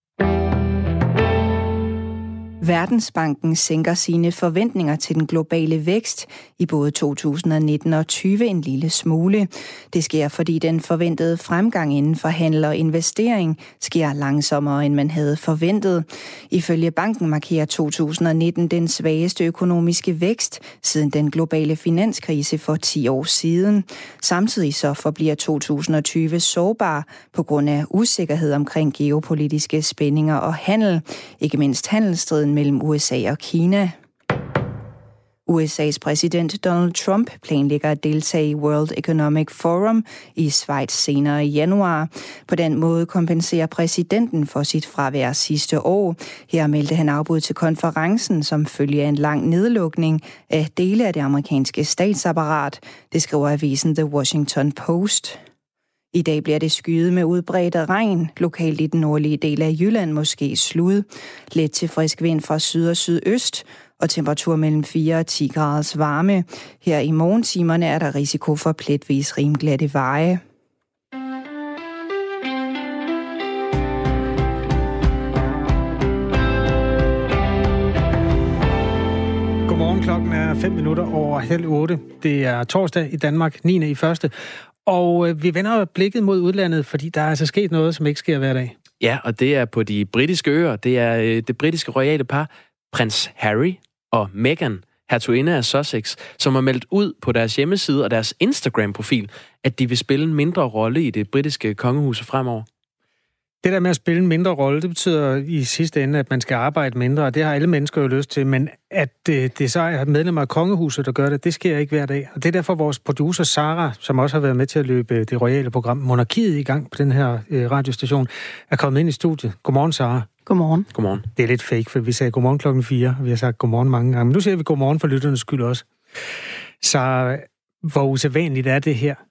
Verdensbanken sænker sine forventninger til den globale vækst i både to tusind og nitten og tyve en lille smule. Det sker, fordi den forventede fremgang inden for handel og investering sker langsommere, end man havde forventet. Ifølge banken markerer to tusind og nitten den svageste økonomiske vækst siden den globale finanskrise for ti år siden. Samtidig så forbliver to tusind og tyve sårbar på grund af usikkerhed omkring geopolitiske spændinger og handel, ikke mindst handelsstriden mellem U S A og Kina. U S A's præsident Donald Trump planlægger at deltage i World Economic Forum i Schweiz senere i januar. På den måde kompenserer præsidenten for sit fravær sidste år. Her meldte han afbud til konferencen, som følger en lang nedlukning af dele af det amerikanske statsapparat. Det skriver avisen The Washington Post. I dag bliver det skyet med udbredt regn, lokalt i den nordlige del af Jylland måske slud. Let til frisk vind fra syd og sydøst, og temperatur mellem fire og ti graders varme. Her i morgentimerne er der risiko for pletvis rimglatte veje. Godmorgen, klokken er fem minutter over halv otte. Det er torsdag i Danmark, niende i første. Og øh, vi vender blikket mod udlandet, fordi der er altså sket noget, som ikke sker hver dag. Ja, og det er på de britiske øer. Det er øh, det britiske royale par, prins Harry og Meghan, hertuginde af Sussex, som har meldt ud på deres hjemmeside og deres Instagram-profil, at de vil spille en mindre rolle i det britiske kongehus fremover. Det der med at spille en mindre rolle, det betyder i sidste ende, at man skal arbejde mindre, og det har alle mennesker jo lyst til, men at det, det så er medlemmer af kongehuset, der gør det, det sker ikke hver dag. Og det er derfor vores producer Sara, som også har været med til at løbe det royale program Monarkiet i gang på den her øh, radiostation, er kommet ind i studiet. Godmorgen, Sara. Godmorgen. Godmorgen. Det er lidt fake, for vi sagde godmorgen klokken fire, og vi har sagt godmorgen mange gange. Men nu siger vi godmorgen for lytternes skyld også. Så hvor usædvanligt er det her?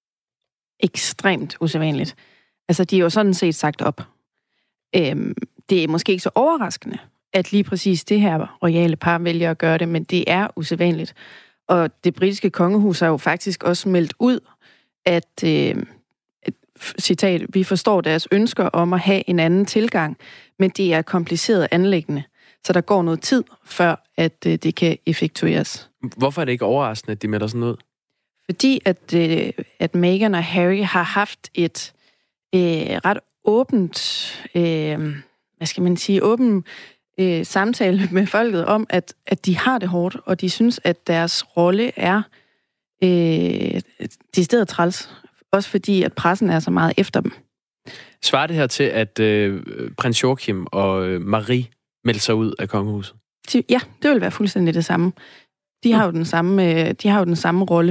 Ekstremt usædvanligt. Altså, de er jo sådan set sagt op. Øhm, det er måske ikke så overraskende, at lige præcis det her royale par vælger at gøre det, men det er usædvanligt. Og det britiske kongehus har jo faktisk også meldt ud, at, øh, et, citat, vi forstår deres ønsker om at have en anden tilgang, men det er kompliceret anliggende, så der går noget tid, før at øh, det kan effektueres. Hvorfor er det ikke overraskende, at de melder sådan ud? Fordi at, øh, at Meghan og Harry har haft et øh, ret åbent, øh, hvad skal man sige, åben øh, samtale med folket om, at, at de har det hårdt, og de synes, at deres rolle er øh, decideret træls. Også fordi, at pressen er så meget efter dem. Svarer det her til, at øh, prins Joachim og øh, Marie meldte sig ud af kongehuset? Ja, det vil være fuldstændig det samme. De har jo den samme, øh, de har jo den samme rolle.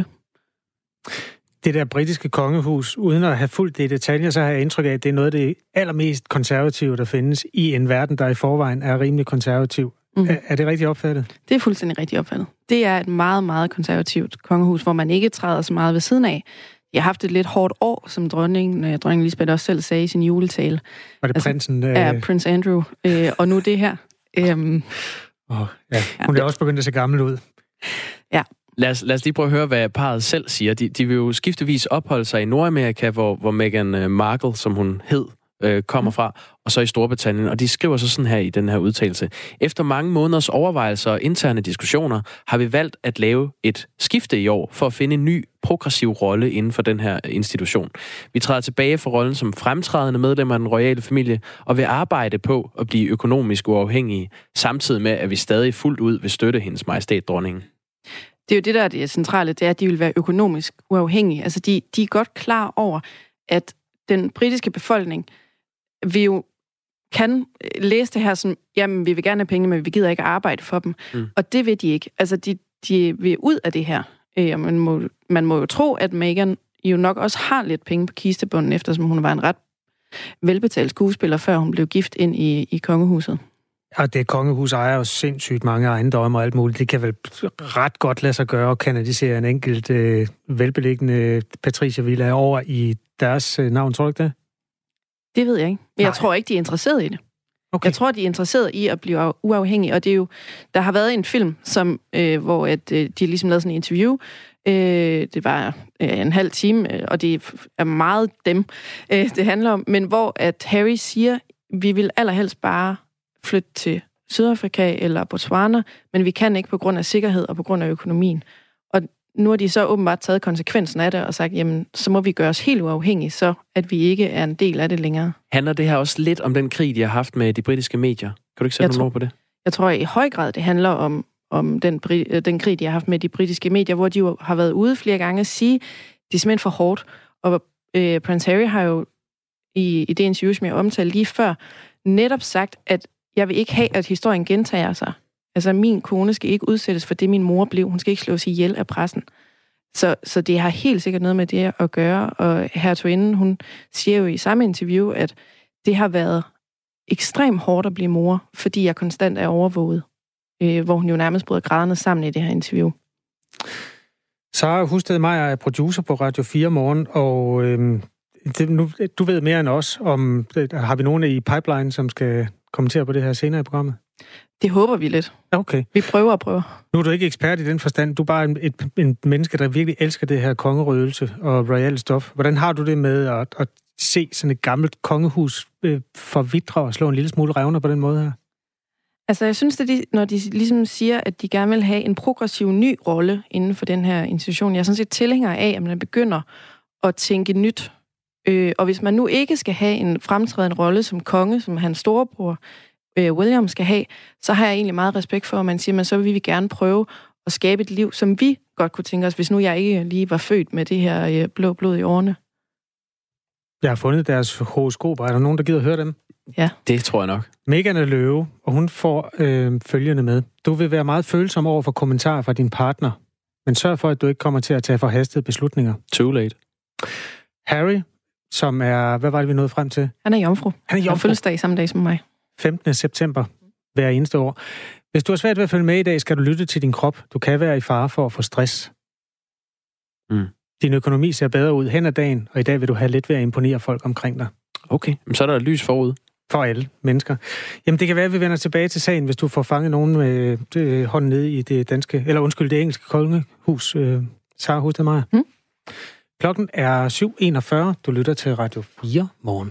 Det der britiske kongehus, uden at have fulgt det i detaljer, så har jeg indtryk af, at det er noget af det allermest konservative, der findes i en verden, der i forvejen er rimelig konservativ. Mm. Er, er det rigtigt opfattet? Det er fuldstændig rigtigt opfattet. Det er et meget, meget konservativt kongehus, hvor man ikke træder så meget ved siden af. Jeg har haft et lidt hårdt år, som dronningen, dronning Elisabeth også selv sagde i sin juletale. Var det altså, prinsen? Øh... Ja, prins Andrew. Øh, og nu det her. Øhm... Oh, ja. Hun er ja. også begyndt at se gammel ud. Ja. Lad os, lad os lige prøve at høre, hvad parret selv siger. De, de vil jo skiftevis opholde sig i Nordamerika, hvor, hvor Meghan Markle, som hun hed, øh, kommer fra, og så i Storbritannien. Og de skriver så sådan her i den her udtalelse. Efter mange måneders overvejelser og interne diskussioner, har vi valgt at lave et skifte i år, for at finde en ny progressiv rolle inden for den her institution. Vi træder tilbage for rollen som fremtrædende medlemmer af den royale familie, og vil arbejde på at blive økonomisk uafhængige, samtidig med, at vi stadig fuldt ud vil støtte hendes majestæt dronningen. Det er jo det, der er det centrale, det er, at de vil være økonomisk uafhængige. Altså, de, de er godt klar over, at den britiske befolkning vil jo kan læse det her som, jamen, vi vil gerne have penge, men vi gider ikke arbejde for dem. Mm. Og det vil de ikke. Altså, de, de vil ud af det her. Øh, man, må, man må jo tro, at Meghan jo nok også har lidt penge på kistebunden, eftersom hun var en ret velbetalt skuespiller, før hun blev gift ind i, i kongehuset. Og det kongehus ejer jo sindssygt mange ejendomme og alt muligt. Det kan vel ret godt lade sig gøre at kanalisere en enkelt øh, velbeliggende Patricia Villa over i deres øh, navn, tror du ikke det? Det ved jeg ikke. Men jeg tror ikke, de er interesseret i det. Okay. Jeg tror, de er interesseret i at blive uafhængige, og det er jo, der har været en film, som, øh, hvor at, øh, de ligesom lavede sådan en interview. Øh, det var øh, en halv time, øh, og det er meget dem, øh, det handler om. Men hvor at Harry siger, vi vil allerhelst bare flytte til Sydafrika eller Botswana, men vi kan ikke på grund af sikkerhed og på grund af økonomien. Og nu har de så åbenbart taget konsekvensen af det og sagt, jamen, så må vi gøre os helt uafhængige, så at vi ikke er en del af det længere. Handler det her også lidt om den krig, de har haft med de britiske medier? Kan du ikke sætte nogle ord på det? Jeg tror i høj grad, det handler om, om den, den krig, de har haft med de britiske medier, hvor de jo har været ude flere gange at sige, det er simpelthen for hårdt. Og øh, Prins Harry har jo i, i det interview, som jeg omtalte lige før, netop sagt, at jeg vil ikke have, at historien gentager sig. Altså, min kone skal ikke udsættes for det, min mor blev. Hun skal ikke slås ihjel af pressen. Så, så det har helt sikkert noget med det at gøre. Og hertuginden, hun siger jo i samme interview, at det har været ekstremt hårdt at blive mor, fordi jeg konstant er overvåget. Øh, hvor hun jo nærmest bryder grædende sammen i det her interview. Sara Husted Meyer er producer på Radio fire Morgen, og øh, det, nu, du ved mere end os om, har vi nogen i pipeline, som skal kommentere på det her senere i programmet? Det håber vi lidt. Okay. Vi prøver og prøver. Nu er du ikke ekspert i den forstand. Du er bare en, et, en menneske, der virkelig elsker det her kongerøgelse og royal stof. Hvordan har du det med at, at se sådan et gammelt kongehus øh, forvitre og slå en lille smule revner på den måde her? Altså, jeg synes, at de, når de ligesom siger, at de gerne vil have en progressiv ny rolle inden for den her institution, jeg er sådan set tilhænger af, at man begynder at tænke nyt. Øh, og hvis man nu ikke skal have en fremtrædende rolle som konge, som hans storebror øh, William skal have, så har jeg egentlig meget respekt for, at man siger, at så vil vi gerne prøve at skabe et liv, som vi godt kunne tænke os, hvis nu jeg ikke lige var født med det her øh, blå blod i årene. Jeg har fundet deres horoskoper. Er der nogen, der gider at høre dem? Ja. Det tror jeg nok. Meghan er løve, og hun får øh, følgende med. Du vil være meget følsom over for kommentarer fra din partner, men sørg for, at du ikke kommer til at tage forhastede beslutninger. Too late. Harry, som er... Hvad var det, vi nåede frem til? Han er jomfru. Han er jomfru. Han fødselsdag samme dag som mig. femtende september hver eneste år. Hvis du har svært ved at følge med i dag, skal du lytte til din krop. Du kan være i fare for at få stress. Mm. Din økonomi ser bedre ud hen ad dagen, og i dag vil du have lidt ved at imponere folk omkring dig. Okay, så er der lys forud. For alle mennesker. Jamen, det kan være, at vi vender tilbage til sagen, hvis du får fanget nogen med øh, hånden nede i det danske, eller undskyld, det engelske kongehus. Øh, Sara Husted-Meyer. Mm. Klokken er syv enogfyrre. Du lytter til Radio fire morgen.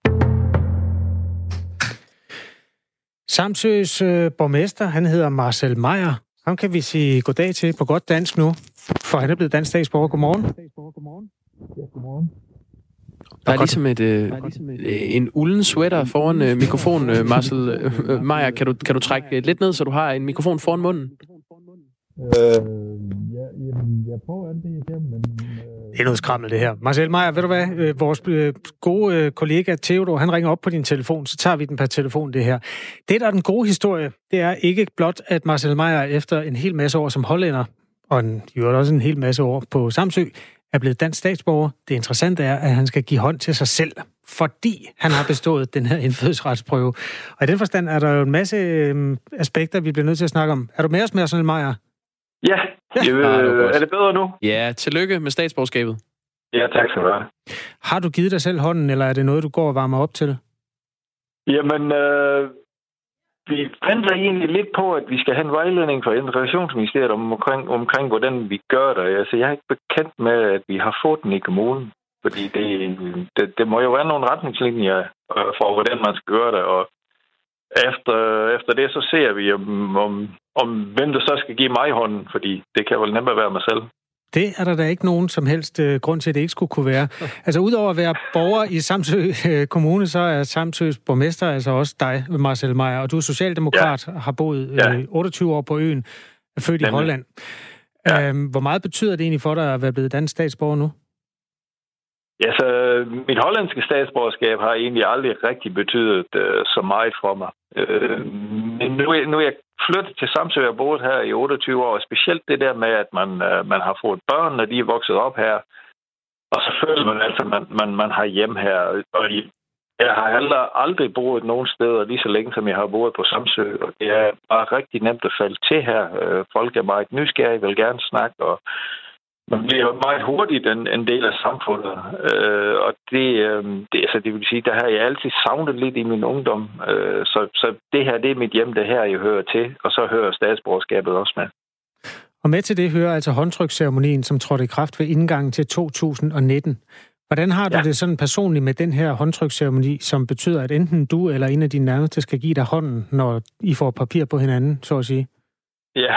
Samsøs øh, borgmester, han hedder Marcel Meier. Ham kan vi sige goddag til på godt dansk nu, for han er blevet dansk statsborger. Godmorgen. Ja, godmorgen. Der er ligesom et, øh, en ulden sweater foran øh, mikrofonen, øh, Marcel øh, Meier. Kan du, kan du trække lidt ned, så du har en mikrofon foran munden? Øh, ja, jamen, jeg prøver alt det, jeg kan, men... Øh... Det er noget skrammel, det her. Marcel Meier, ved du hvad? Øh, vores øh, gode øh, kollega Theodor, han ringer op på din telefon, så tager vi den per telefon, det her. Det, der er den gode historie, det er ikke blot, at Marcel Meier efter en hel masse år som hollænder, og en, jo også en hel masse år på Samsø, er blevet dansk statsborger. Det interessante er, at han skal give hånd til sig selv, fordi han har bestået den her indfødsretsprøve. Og i den forstand er der jo en masse øh, aspekter, vi bliver nødt til at snakke om. Er du med os, Marcel Meier? Ja, ja. Øh, ah, er det bedre nu? Ja, tillykke med statsborgerskabet. Ja, tak skal du have. Har du givet dig selv hånden, eller er det noget, du går og varmer op til? Jamen, øh, vi venter egentlig lidt på, at vi skal have en vejledning fra Integrationsministeriet omkring, omkring hvordan vi gør det. Altså, jeg er ikke bekendt med, at vi har fået den i kommunen, fordi det, det, det må jo være nogle retningslinjer for, hvordan man skal gøre det, og efter, efter det, så ser vi, om, om, om hvem der så skal give mig hånden, fordi det kan vel nemmere være mig selv. Det er der da ikke nogen som helst uh, grund til, at det ikke skulle kunne være. Altså, udover at være borger i Samsø uh, Kommune, så er Samsøs borgmester altså også dig, Marcel Meier, og du er socialdemokrat, ja. Har boet uh, ja. otteogtyve år på øen, er født Nemlig. i Holland. Ja. Uh, hvor meget betyder det egentlig for dig at være blevet dansk statsborger nu? Ja, så mit hollandske statsborgerskab har egentlig aldrig rigtig betydet uh, så meget for mig. Uh, men nu, nu er jeg flyttet til Samsø og boet her i otteogtyve år, og specielt det der med, at man, uh, man har fået børn, og de er vokset op her, og så føler man altså, at man, man, man har hjem her. Og jeg har aldrig, aldrig boet nogen steder lige så længe, som jeg har boet på Samsø, og det er bare rigtig nemt at falde til her. Uh, folk er meget nysgerrige, vil gerne snakke, og man bliver meget hurtigt en, en del af samfundet, øh, og det, øh, det, altså, det vil sige, der har jeg altid savnet lidt i min ungdom, øh, så, så det her, det er mit hjem, det her, jeg hører til, og så hører statsborgerskabet også med. Og med til det hører altså håndtryksceremonien, som trådte i kraft ved indgangen til to tusind nitten. Hvordan har du ja. det sådan personligt med den her håndtryksceremoni, som betyder, at enten du eller en af dine nærmeste skal give dig hånden, når I får papir på hinanden, så at sige? Ja,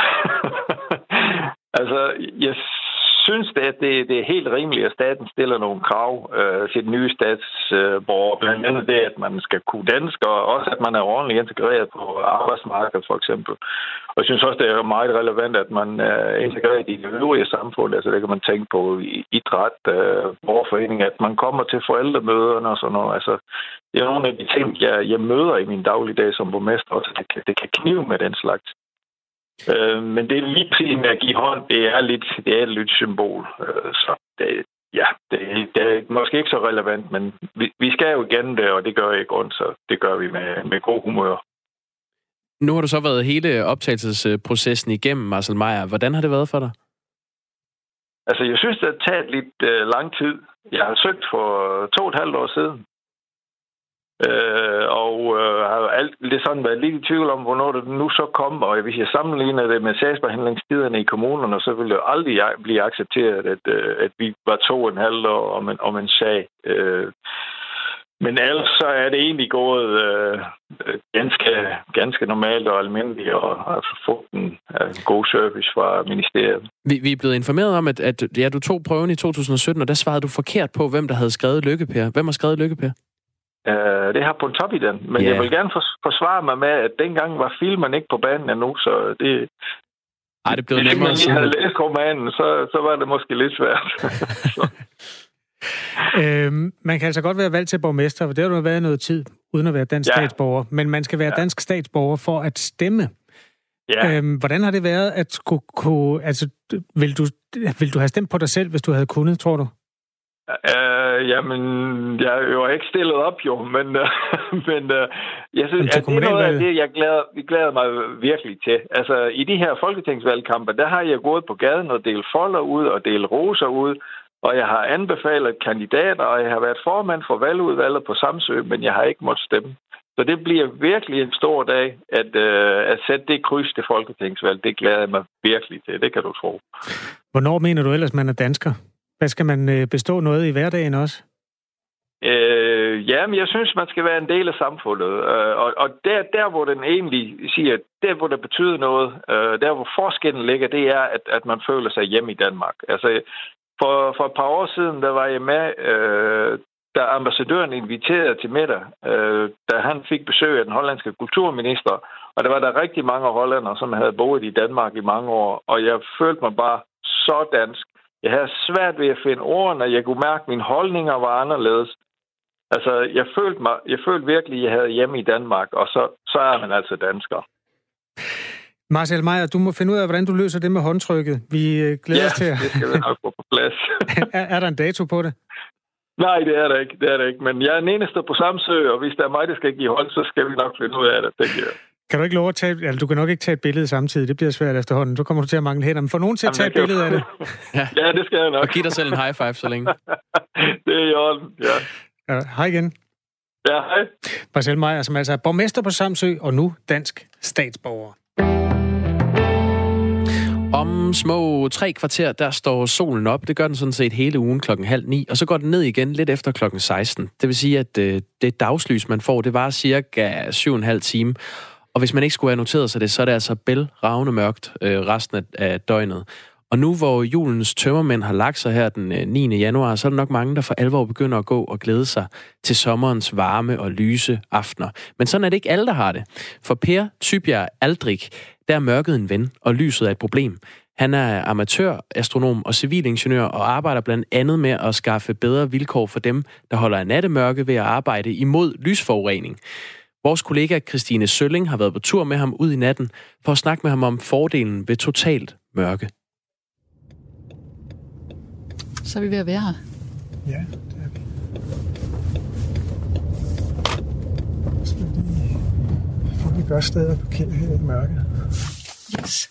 altså, jeg synes, det, at det, det er helt rimeligt, at staten stiller nogle krav øh, til den nye statsborger. Øh, blandt andet det, at man skal kunne dansk, og også at man er ordentligt integreret på arbejdsmarkedet, for eksempel. Og jeg synes også, det er meget relevant, at man er integreret i det øvrige samfund. Altså, det kan man tænke på i idræt, øh, borgerforening, at man kommer til forældremøderne og sådan noget. Altså, det er nogle af de ting, jeg, jeg møder i min dagligdag som borgmester, også det kan, det kan knive med den slags. Øh, men det er lige præcis med at give hånd, det er lidt, det er et lidt symbol. Øh, så det, ja, det, det er måske ikke så relevant, men vi, vi skal jo igennem det, og det gør ikke ondt, så det gør vi med, med god humør. Nu har du så været hele optagelsesprocessen igennem, Marcel Meier. Hvordan har det været for dig? Altså, jeg synes, det har taget lidt øh, lang tid. Jeg har søgt for to og et halvt år siden. Øh, og øh, har alt det sådan været lidt i tvivl om, hvornår det nu så kom, og hvis jeg sammenligner det med sagsbehandlingstiderne i kommunerne, så ville det aldrig blive accepteret, at, øh, at vi var to og en halv år om en, om en sag. Øh, Men ellers så er det egentlig gået øh, ganske, ganske normalt og almindeligt, og altså få en, en god service fra ministeriet. Vi, vi er blevet informeret om, at, at ja, du tog prøven i to tusind og sytten, og der svarede du forkert på, hvem der havde skrevet Lykke-Per. Hvem har skrevet Lykke-Per? Uh, det har på en top i den, men yeah. Jeg vil gerne forsvare mig med, at dengang var filmen ikke på banen endnu, så det... Ej, det blev hvis nemmere at sige. Hvis man havde læst romanen, så, så var det måske lidt svært. øhm, man kan altså godt være valgt til borgmester, for det har du været noget tid, uden at være dansk ja. statsborger, men man skal være ja. dansk statsborger for at stemme. Ja. Øhm, hvordan har det været at skulle kunne... Altså, vil du, vil du have stemt på dig selv, hvis du havde kunnet, tror du? Uh, jamen, jeg er jo ikke stillet op, jo, men, uh, men uh, jeg synes, at det er noget af det, jeg glæder, jeg glæder mig virkelig til. Altså, i de her folketingsvalgkampe, der har jeg gået på gaden og delt folder ud og delt roser ud, og jeg har anbefalet kandidater, og jeg har været formand for valgudvalget på Samsø, men jeg har ikke måttet stemme. Så det bliver virkelig en stor dag, at, uh, at sætte det kryds til folketingsvalg. Det glæder jeg mig virkelig til, det kan du tro. Hvornår mener du ellers, man er dansker? Hvad skal man bestå noget i hverdagen også? Øh, ja, men jeg synes, man skal være en del af samfundet. Øh, og og der, der, hvor den egentlig siger, der, hvor det betyder noget, øh, der, hvor forskellen ligger, det er, at, at man føler sig hjemme i Danmark. Altså, for, for et par år siden, der var jeg med, øh, da ambassadøren inviterede til middag, øh, da han fik besøg af den hollandske kulturminister, og der var der rigtig mange hollændere, som havde boet i Danmark i mange år, og jeg følte mig bare så dansk. Jeg havde svært ved at finde ord, når jeg kunne mærke, at mine holdninger var anderledes. Altså, jeg følte, mig, jeg følte virkelig, at jeg havde hjemme i Danmark, og så, så er man altså dansker. Marcel Meyer, du må finde ud af, hvordan du løser det med håndtrykket. Vi glæder ja, os til at... det skal vi nok få på plads. er, er der en dato på det? Nej, det er der ikke. Det er der ikke. Men jeg er den eneste på Samsø, og hvis der er mig, der skal give hånd, så skal vi nok finde ud af det, tænker jeg. Kan du ikke lov at tage... Altså, du kan nok ikke tage et billede samtidig. Det bliver svært efterhånden. Så kommer du til at mangle hænder. Men få nogen til at tage et billede af det. ja. ja, det skal jeg nok. Og giv dig selv en high five så længe. det er i orden, ja. ja. Hej igen. Ja, hej. Marcel Meyer, som altså er borgmester på Samsø, og nu dansk statsborger. Om små tre kvarter, der står solen op. Det gør den sådan set hele ugen klokken halv ni, og så går den ned igen lidt efter klokken seksten. Det vil sige, at øh, det dagslys, man får, det var cirka syv og en halv time. Og hvis man ikke skulle have noteret sig det, så er det altså bælragende mørkt øh, resten af, af døgnet. Og nu hvor julens tømmermænd har lagt sig her den øh, niende januar, så er der nok mange, der for alvor begynder at gå og glæde sig til sommerens varme og lyse aftener. Men sådan er det ikke alle, der har det. For Per Tybjerg Aldrik, der er mørket en ven, og lyset er et problem. Han er amatør, astronom og civilingeniør og arbejder blandt andet med at skaffe bedre vilkår for dem, der holder af nattemørke ved at arbejde imod lysforurening. Vores kollega Christine Sølling har været på tur med ham ud i natten for at snakke med ham om fordelen ved totalt mørke. Så er vi ved at være her. Ja, det er vi. Så er det får vi godt sted at parkere her i mørket. Yes.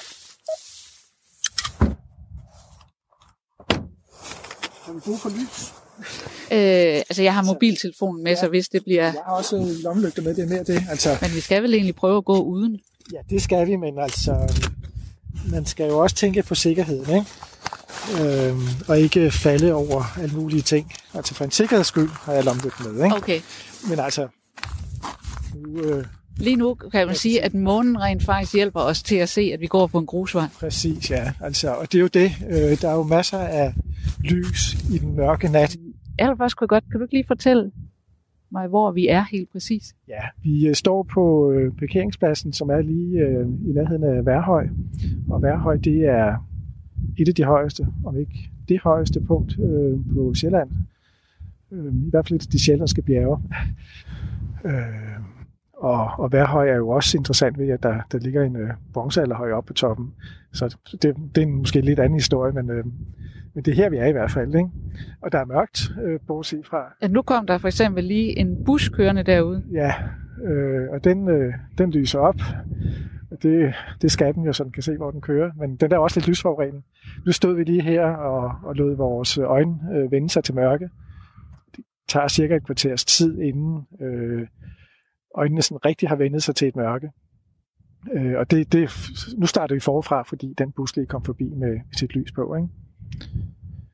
Har vi brug for lys? Øh, altså, jeg har mobiltelefonen med, ja, så hvis det bliver... Jeg har også lommelygter med, det er mere det. Altså... Men vi skal vel egentlig prøve at gå uden? Ja, det skal vi, men altså... Man skal jo også tænke på sikkerheden, ikke? Øhm, og ikke falde over alle mulige ting. Altså for en sikkerheds skyld har jeg lommelygter med, ikke? Okay. Men altså... Nu, øh... Lige nu kan man sige, at månen rent faktisk hjælper os til at se, at vi går på en grusvej. Præcis, ja. Altså, og det er jo det. Øh, der er jo masser af lys i den mørke nat. Allerførst kunne jeg godt, kan du ikke lige fortælle mig, hvor vi er helt præcis? Ja, vi står på øh, parkeringspladsen, som er lige øh, i nærheden af Værhøj. Og Værhøj, det er et af de højeste, om ikke det højeste punkt øh, på Sjælland. Øh, I hvert fald et af de sjællandske bjerge. øh, og, og Værhøj er jo også interessant ved, at der, der ligger en øh, bronzealderhøj oppe på toppen. Så det, det er måske en lidt anden historie, men... Øh, Men det er her, vi er i hvert fald, ikke? Og der er mørkt, øh, bortset fra... Ja, nu kom der for eksempel lige en bus kørende derude. Ja, øh, og den, øh, den lyser op. Det, det skal den jo, så den kan se, hvor den kører. Men den der er også lidt lysforurening. Nu stod vi lige her og, og lod vores øjne øh, vende sig til mørke. Det tager cirka et kvarters tid, inden øh, øjnene sådan rigtig har vendet sig til et mørke. Øh, og det, det, nu starter vi forfra, fordi den bus lige kom forbi med sit lys på, ikke?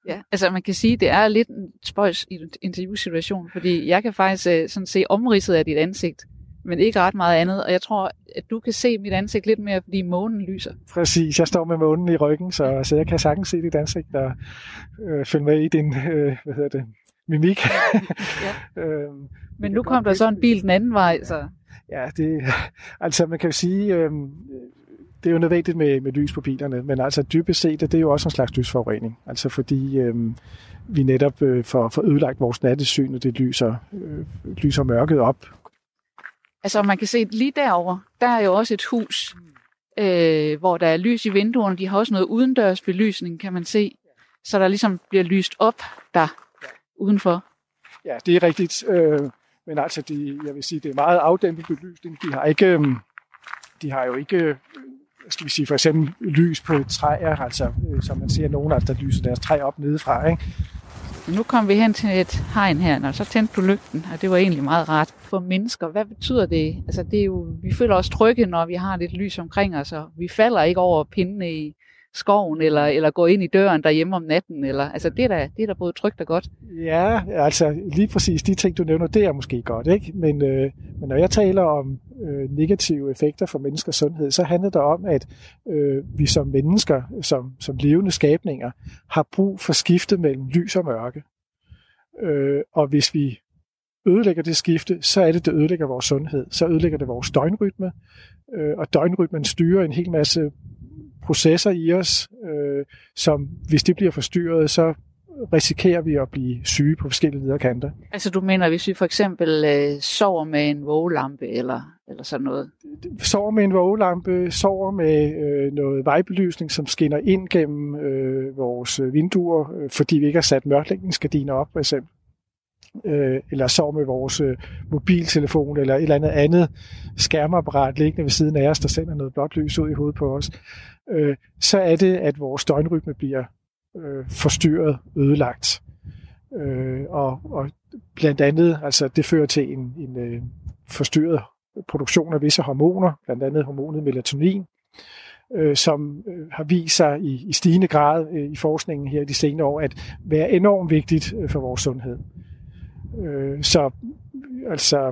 Ja, altså man kan sige, at det er lidt en spøjs interviewsituation, fordi jeg kan faktisk uh, sådan se omridset af dit ansigt, men ikke ret meget andet, og jeg tror, at du kan se mit ansigt lidt mere, fordi månen lyser. Præcis, jeg står med månen i ryggen, så, så jeg kan sagtens se dit ansigt og øh, følge med i din, øh, hvad hedder det, mimik. Ja. øhm, men nu kom der så en bil den anden vej, så... Ja, det, altså man kan jo sige, øh, det er jo nødvendigt med, med lys på bilerne, men altså dybest set, det er jo også en slags lysforurening, altså fordi øh, vi netop øh, får, får ødelagt vores nattesyn, og det lyser, øh, lyser mørket op. Altså man kan se lige derover, der er jo også et hus, øh, hvor der er lys i vinduerne, de har også noget udendørs belysning, kan man se, så der ligesom bliver lyst op der udenfor. Ja, det er rigtigt. Øh, Men altså, de, jeg vil sige, det er meget afdæmpet belysning. De har ikke, de har jo ikke, skal vi sige, for eksempel lys på træer, altså, som man ser nogen, der lyser deres træ op nedefra, ikke? Nu kom vi hen til et hegn her, og så tændte du lygten, og det var egentlig meget rart for mennesker. Hvad betyder det? Altså, det er jo, vi føler os trygge, når vi har lidt lys omkring os, og vi falder ikke over pindene i skoven, eller, eller går ind i døren derhjemme om natten, eller, altså det er da, det er da både trygt og godt. Ja, altså lige præcis de ting, du nævner, det er måske godt, ikke? Men, øh, men når jeg taler om øh, negative effekter for menneskers sundhed, så handler det om, at øh, vi som mennesker, som, som levende skabninger, har brug for skifte mellem lys og mørke. Øh, og hvis vi ødelægger det skifte, så er det, det ødelægger vores sundhed. Så ødelægger det vores døgnrytme, øh, og døgnrytmen styrer en hel masse processer i os, øh, som hvis det bliver forstyrret, så risikerer vi at blive syge på forskellige lederkanter. Altså du mener, hvis vi for eksempel øh, sover med en vågelampe eller, eller sådan noget? Sover med en vågelampe, sover med øh, noget vejbelysning, som skinner ind gennem øh, vores vinduer, øh, fordi vi ikke har sat mørklægningsgardiner op, for eksempel. Øh, eller sover med vores øh, mobiltelefon eller et eller andet andet skærmapparat liggende ved siden af os, der sender noget blåt lys ud i hovedet på os, øh, så er det, at vores døgnrytme bliver øh, forstyrret, ødelagt. Øh, og, og blandt andet, altså det fører til en, en øh, forstyrret produktion af visse hormoner, blandt andet hormonet melatonin, øh, som øh, har vist sig i, i stigende grad øh, i forskningen her de senere år, at være enormt vigtigt øh, for vores sundhed. Øh, så altså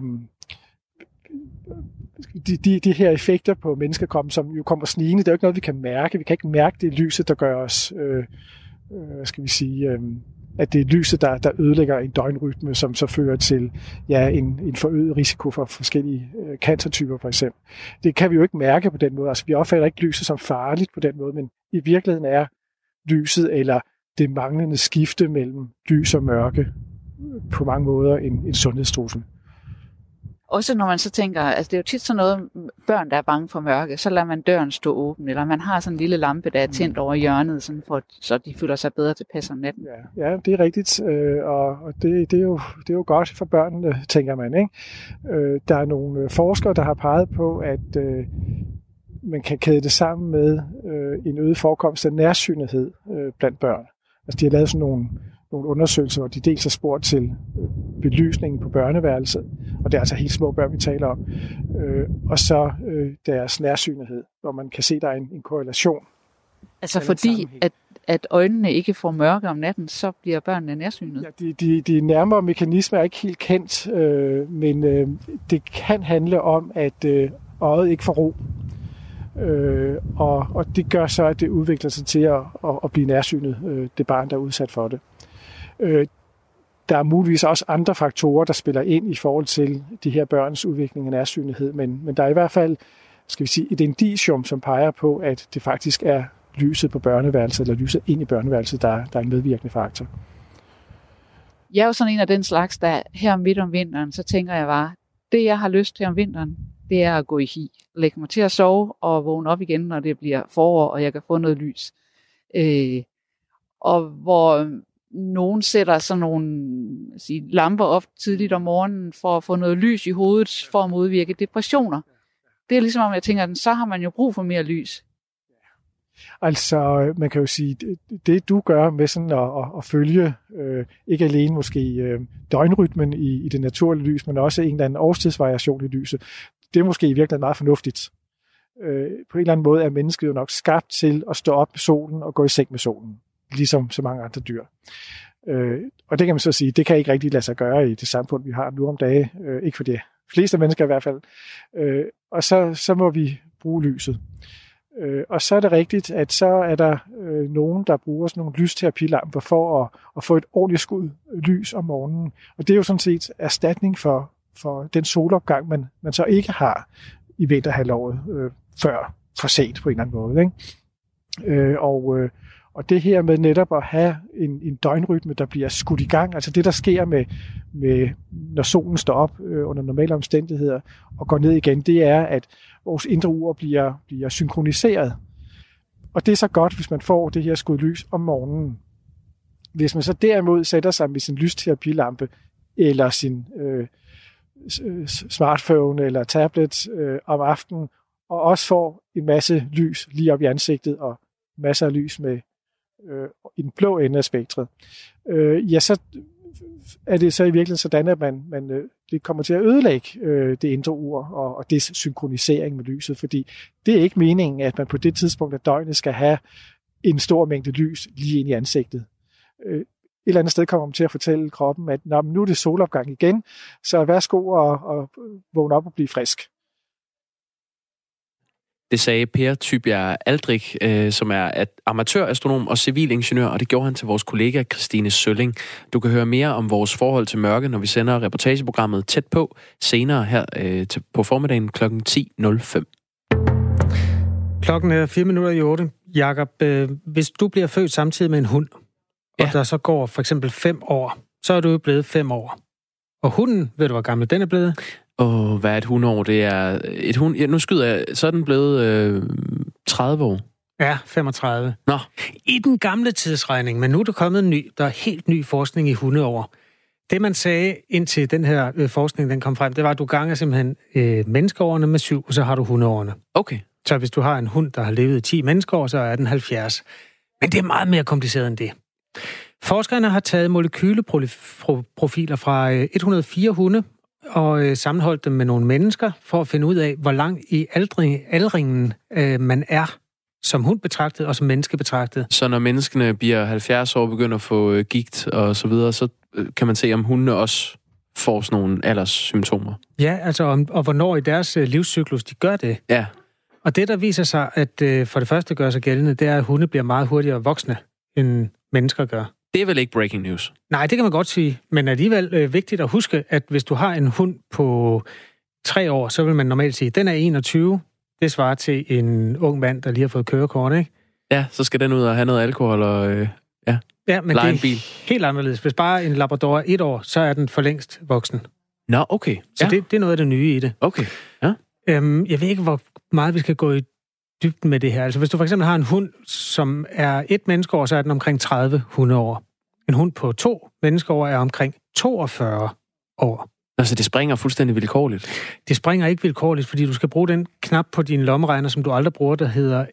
de, de, de her effekter på menneskekroppen, som jo kommer snigende, det er jo ikke noget, vi kan mærke. Vi kan ikke mærke det lyset, der gør os, øh, øh, skal vi sige, øh, at det er lyset, der, der ødelægger en døgnrytme, som så fører til ja, en, en forøget risiko for forskellige øh, cancertyper for eksempel. Det kan vi jo ikke mærke på den måde. Altså, vi opfatter ikke lyset som farligt på den måde, men i virkeligheden er lyset eller det manglende skifte mellem lys og mørke på mange måder en, en sundhedstrussel. Også når man så tænker, altså det er jo tit sådan noget, børn der er bange for mørke, så lader man døren stå åben, eller man har sådan en lille lampe, der er tændt over hjørnet, sådan for, så de føler sig bedre tilpas om natten. Ja, ja, det er rigtigt, øh, og, og det, det, er jo, det er jo godt for børnene, tænker man, ikke? Øh, der er nogle forskere, der har peget på, at øh, man kan kæde det sammen med øh, en øget forekomst af nærsynethed øh, blandt børn. Altså de har lavet sådan nogle nogle undersøgelser, hvor de dels har spurgt til belysningen på børneværelset, og det er altså helt små børn, vi taler om, øh, og så øh, deres nærsynethed, hvor man kan se, der er en, en korrelation. Altså fordi, at, at øjnene ikke får mørke om natten, så bliver børnene nærsynede? Ja, de, de, de nærmere mekanismer er ikke helt kendt, øh, men øh, det kan handle om, at øh, øjet ikke får ro. Øh, og, og det gør så, at det udvikler sig til at, at, at blive nærsynet, øh, det barn, der er udsat for det. Øh, der er muligvis også andre faktorer, der spiller ind i forhold til de her børns udvikling af nærsynethed, men, men der er i hvert fald, skal vi sige, et indicium, som peger på, at det faktisk er lyset på børneværelset, eller lyset ind i børneværelset, der, der er en medvirkende faktor. Jeg er jo sådan en af den slags, der her midt om vinteren, så tænker jeg bare, det jeg har lyst til om vinteren, det er at gå i hi, lægge mig til at sove og vågne op igen, når det bliver forår, og jeg kan få noget lys. Øh, og hvor nogen sætter sådan nogle sige, lamper op tidligt om morgenen for at få noget lys i hovedet, for at modvirke depressioner. Det er ligesom om, jeg tænker, så har man jo brug for mere lys. Altså, man kan jo sige, det du gør med sådan at, at, at følge, øh, ikke alene måske øh, døgnrytmen i, i det naturlige lys, men også en eller anden årstidsvariation i lyset, det er måske i virkeligheden meget fornuftigt. Øh, på en eller anden måde er mennesket jo nok skabt til at stå op med solen og gå i seng med solen. ligesom så mange andre dyr. Øh, og det kan man så sige, det kan ikke rigtig lade sig gøre i det samfund, vi har nu om dage. Øh, ikke for de fleste mennesker i hvert fald. Øh, og så, så må vi bruge lyset. Øh, og så er det rigtigt, at så er der øh, nogen, der bruger sådan nogle lysterapilamper for at, at få et ordentligt skud lys om morgenen. Og det er jo sådan set erstatning for, for den solopgang, man, man så ikke har i vinterhalvåret øh, før for sent på en eller anden måde. Ikke? Øh, og, øh, og det her med netop at have en, en døgnrytme, der bliver skudt i gang, altså det, der sker med, med når solen står op øh, under normale omstændigheder og går ned igen, det er, at vores indre ur bliver, bliver synkroniseret. Og det er så godt, hvis man får det her skud lys om morgenen. Hvis man så derimod sætter sig med sin lysterapilampe eller sin øh, smartphone eller tablet øh, om aftenen, og også får en masse lys lige op i ansigtet og masser af lys med øh, i den blå ende af spektret, øh, ja, så er det så i virkeligheden sådan, at man, man øh, det kommer til at ødelægge øh, det indre ur og, og det synkronisering med lyset, fordi det er ikke meningen, at man på det tidspunkt af døgnet skal have en stor mængde lys lige ind i ansigtet. Øh, et eller andet sted kommer man til at fortælle kroppen, at nu er det solopgang igen, så værsgo og, og vågne op og blive frisk. Det sagde Per Tybjerg Aldrich, øh, som er amatørastronom og civilingeniør, og det gjorde han til vores kollega Christine Sølling. Du kan høre mere om vores forhold til mørke, når vi sender reportageprogrammet Tæt på senere her øh, til, på formiddagen klokken ti nul fem. Klokken er fire minutter i otte. Jakob, øh, hvis du bliver født samtidig med en hund, ja. og der så går for eksempel fem år, så er du jo blevet fem år. Og hunden, ved du hvor gammel den er blevet? Åh, oh, hvad er et hundår? Det er et hund... Ja, nu skyder jeg... Så er den blevet øh, tredive år. Ja, femogtredive. Nå. I den gamle tidsregning, men nu er der kommet en ny, der er helt ny forskning i hundeår. Det man sagde indtil den her øh, forskning, den kom frem, det var, at du ganger simpelthen øh, menneskeårene med syv, og så har du hundeårene. Okay. Så hvis du har en hund, der har levet ti menneskeår, så er den halvfjerds. Men det er meget mere kompliceret end det. Forskerne har taget molekyleprofiler fra øh, et hundrede og fire hunde, og øh, sammenholdt dem med nogle mennesker, for at finde ud af, hvor lang i aldring, aldringen øh, man er som hund betragtet og som menneske betragtet. Så når menneskene bliver halvfjerds år og begynder at få øh, gigt og så videre, så øh, kan man se, om hundene også får sådan nogle alderssymptomer. Ja, altså om, og hvornår i deres øh, livscyklus de gør det. Ja. Og det, der viser sig, at øh, for det første gør sig gældende, det er, at hunde bliver meget hurtigere voksne, end mennesker gør. Det er vel ikke breaking news? Nej, det kan man godt sige. Men alligevel øh, vigtigt at huske, at hvis du har en hund på tre år, så vil man normalt sige, at den er enogtyve. Det svarer til en ung mand, der lige har fået kørekort, ikke? Ja, så skal den ud og have noget alkohol og øh, ja, ja, men lege en bil. Helt anderledes. Hvis bare en labrador er et år, så er den for længst voksen. Nå, okay. Så ja. det, det er noget af det nye i det. Okay, ja. Øhm, jeg ved ikke, hvor meget vi skal gå i dybden med det her. Altså hvis du for eksempel har en hund, som er et menneskeår, så er den omkring tredive hundeår. En hund på to menneskeår er omkring toogfyrre år. Altså det springer fuldstændig vilkårligt? Det springer ikke vilkårligt, fordi du skal bruge den knap på din lommeregner, som du aldrig bruger, der hedder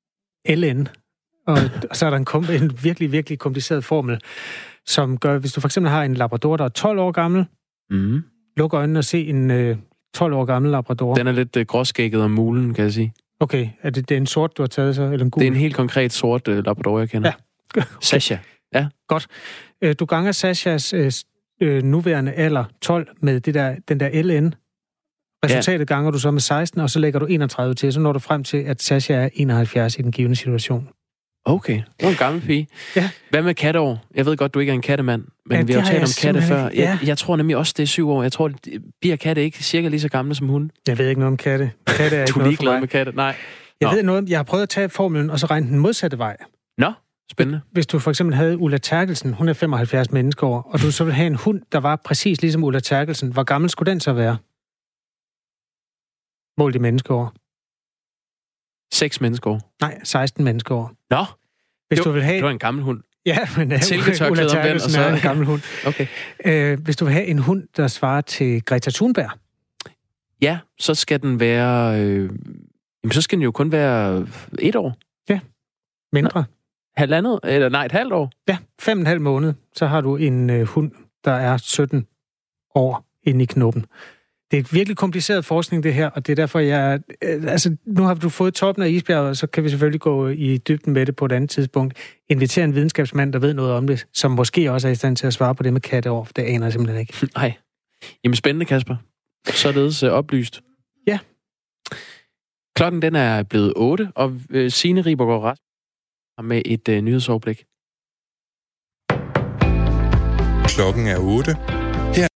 L N. Og så er der en, kom- en virkelig, virkelig kompliceret formel, som gør, hvis du for eksempel har en labrador, der er tolv år gammel, mm. luk øjnene og se en øh, tolv år gammel labrador. Den er lidt øh, gråskægget om mulen, kan jeg sige. Okay, er det, det er en sort, du har taget så, eller en gul? Det er en helt konkret sort øh, labrador, jeg kender. Ja. Okay. Sasha. Ja. Godt. Du ganger Sashas øh, nuværende alder tolv med det der, den der L N. Resultatet ja. ganger du så med seksten, og så lægger du enogtredive til, så når du frem til, at Sasha er enoghalvfjerds i den givende situation. Okay, det var en gammel pige. Ja. Hvad med katteår? Jeg ved godt, du ikke er en kattemand, men ja, vi har jo talt om katte før. Ja. Jeg, jeg tror nemlig også, det er syv år. Jeg tror, bliver katte ikke cirka lige så gamle som hunde? Jeg ved ikke noget om katte. Katte er ikke noget for mig. Med katte? Nej. Jeg Nå. ved noget om, jeg har prøvet at tage formlen, og så regne den modsatte vej. Nå, spændende. Hvis du for eksempel havde Ulla Terkelsen, hun er femoghalvfjerds menneskeår, og du så ville have en hund, der var præcis ligesom Ulla Terkelsen, hvor gammel skulle den så være? Målt i menneskeår. seks menneskeår? Nej, seksten menneskeår. Nå, hvis det, du vil have... det var en gammel hund. Ja, men uh, Ulla Terkelsen så... er en gammel hund. Okay. Uh, hvis du vil have en hund, der svarer til Greta Thunberg? Ja, så skal den være... Øh... Jamen, så skal den jo kun være et år. Ja, mindre. Nå. Halvandet? Eller nej, et halvt år? Ja, fem og en halv måned. Så har du en øh, hund, der er sytten år inde i knoppen. Det det er virkelig kompliceret forskning, det her, og det er derfor, jeg... Altså, nu har du fået toppen af isbjerget, og så kan vi selvfølgelig gå i dybden med det på et andet tidspunkt. Invitere en videnskabsmand, der ved noget om det, som måske også er i stand til at svare på det med katteår. Det aner jeg simpelthen ikke. Nej. Jamen, spændende, Kasper. Således uh, oplyst. Ja. Klokken, den er blevet otte, og uh, Signe Ribergaard Rasmussen med et uh, nyhedsoverblik. Klokken er otte.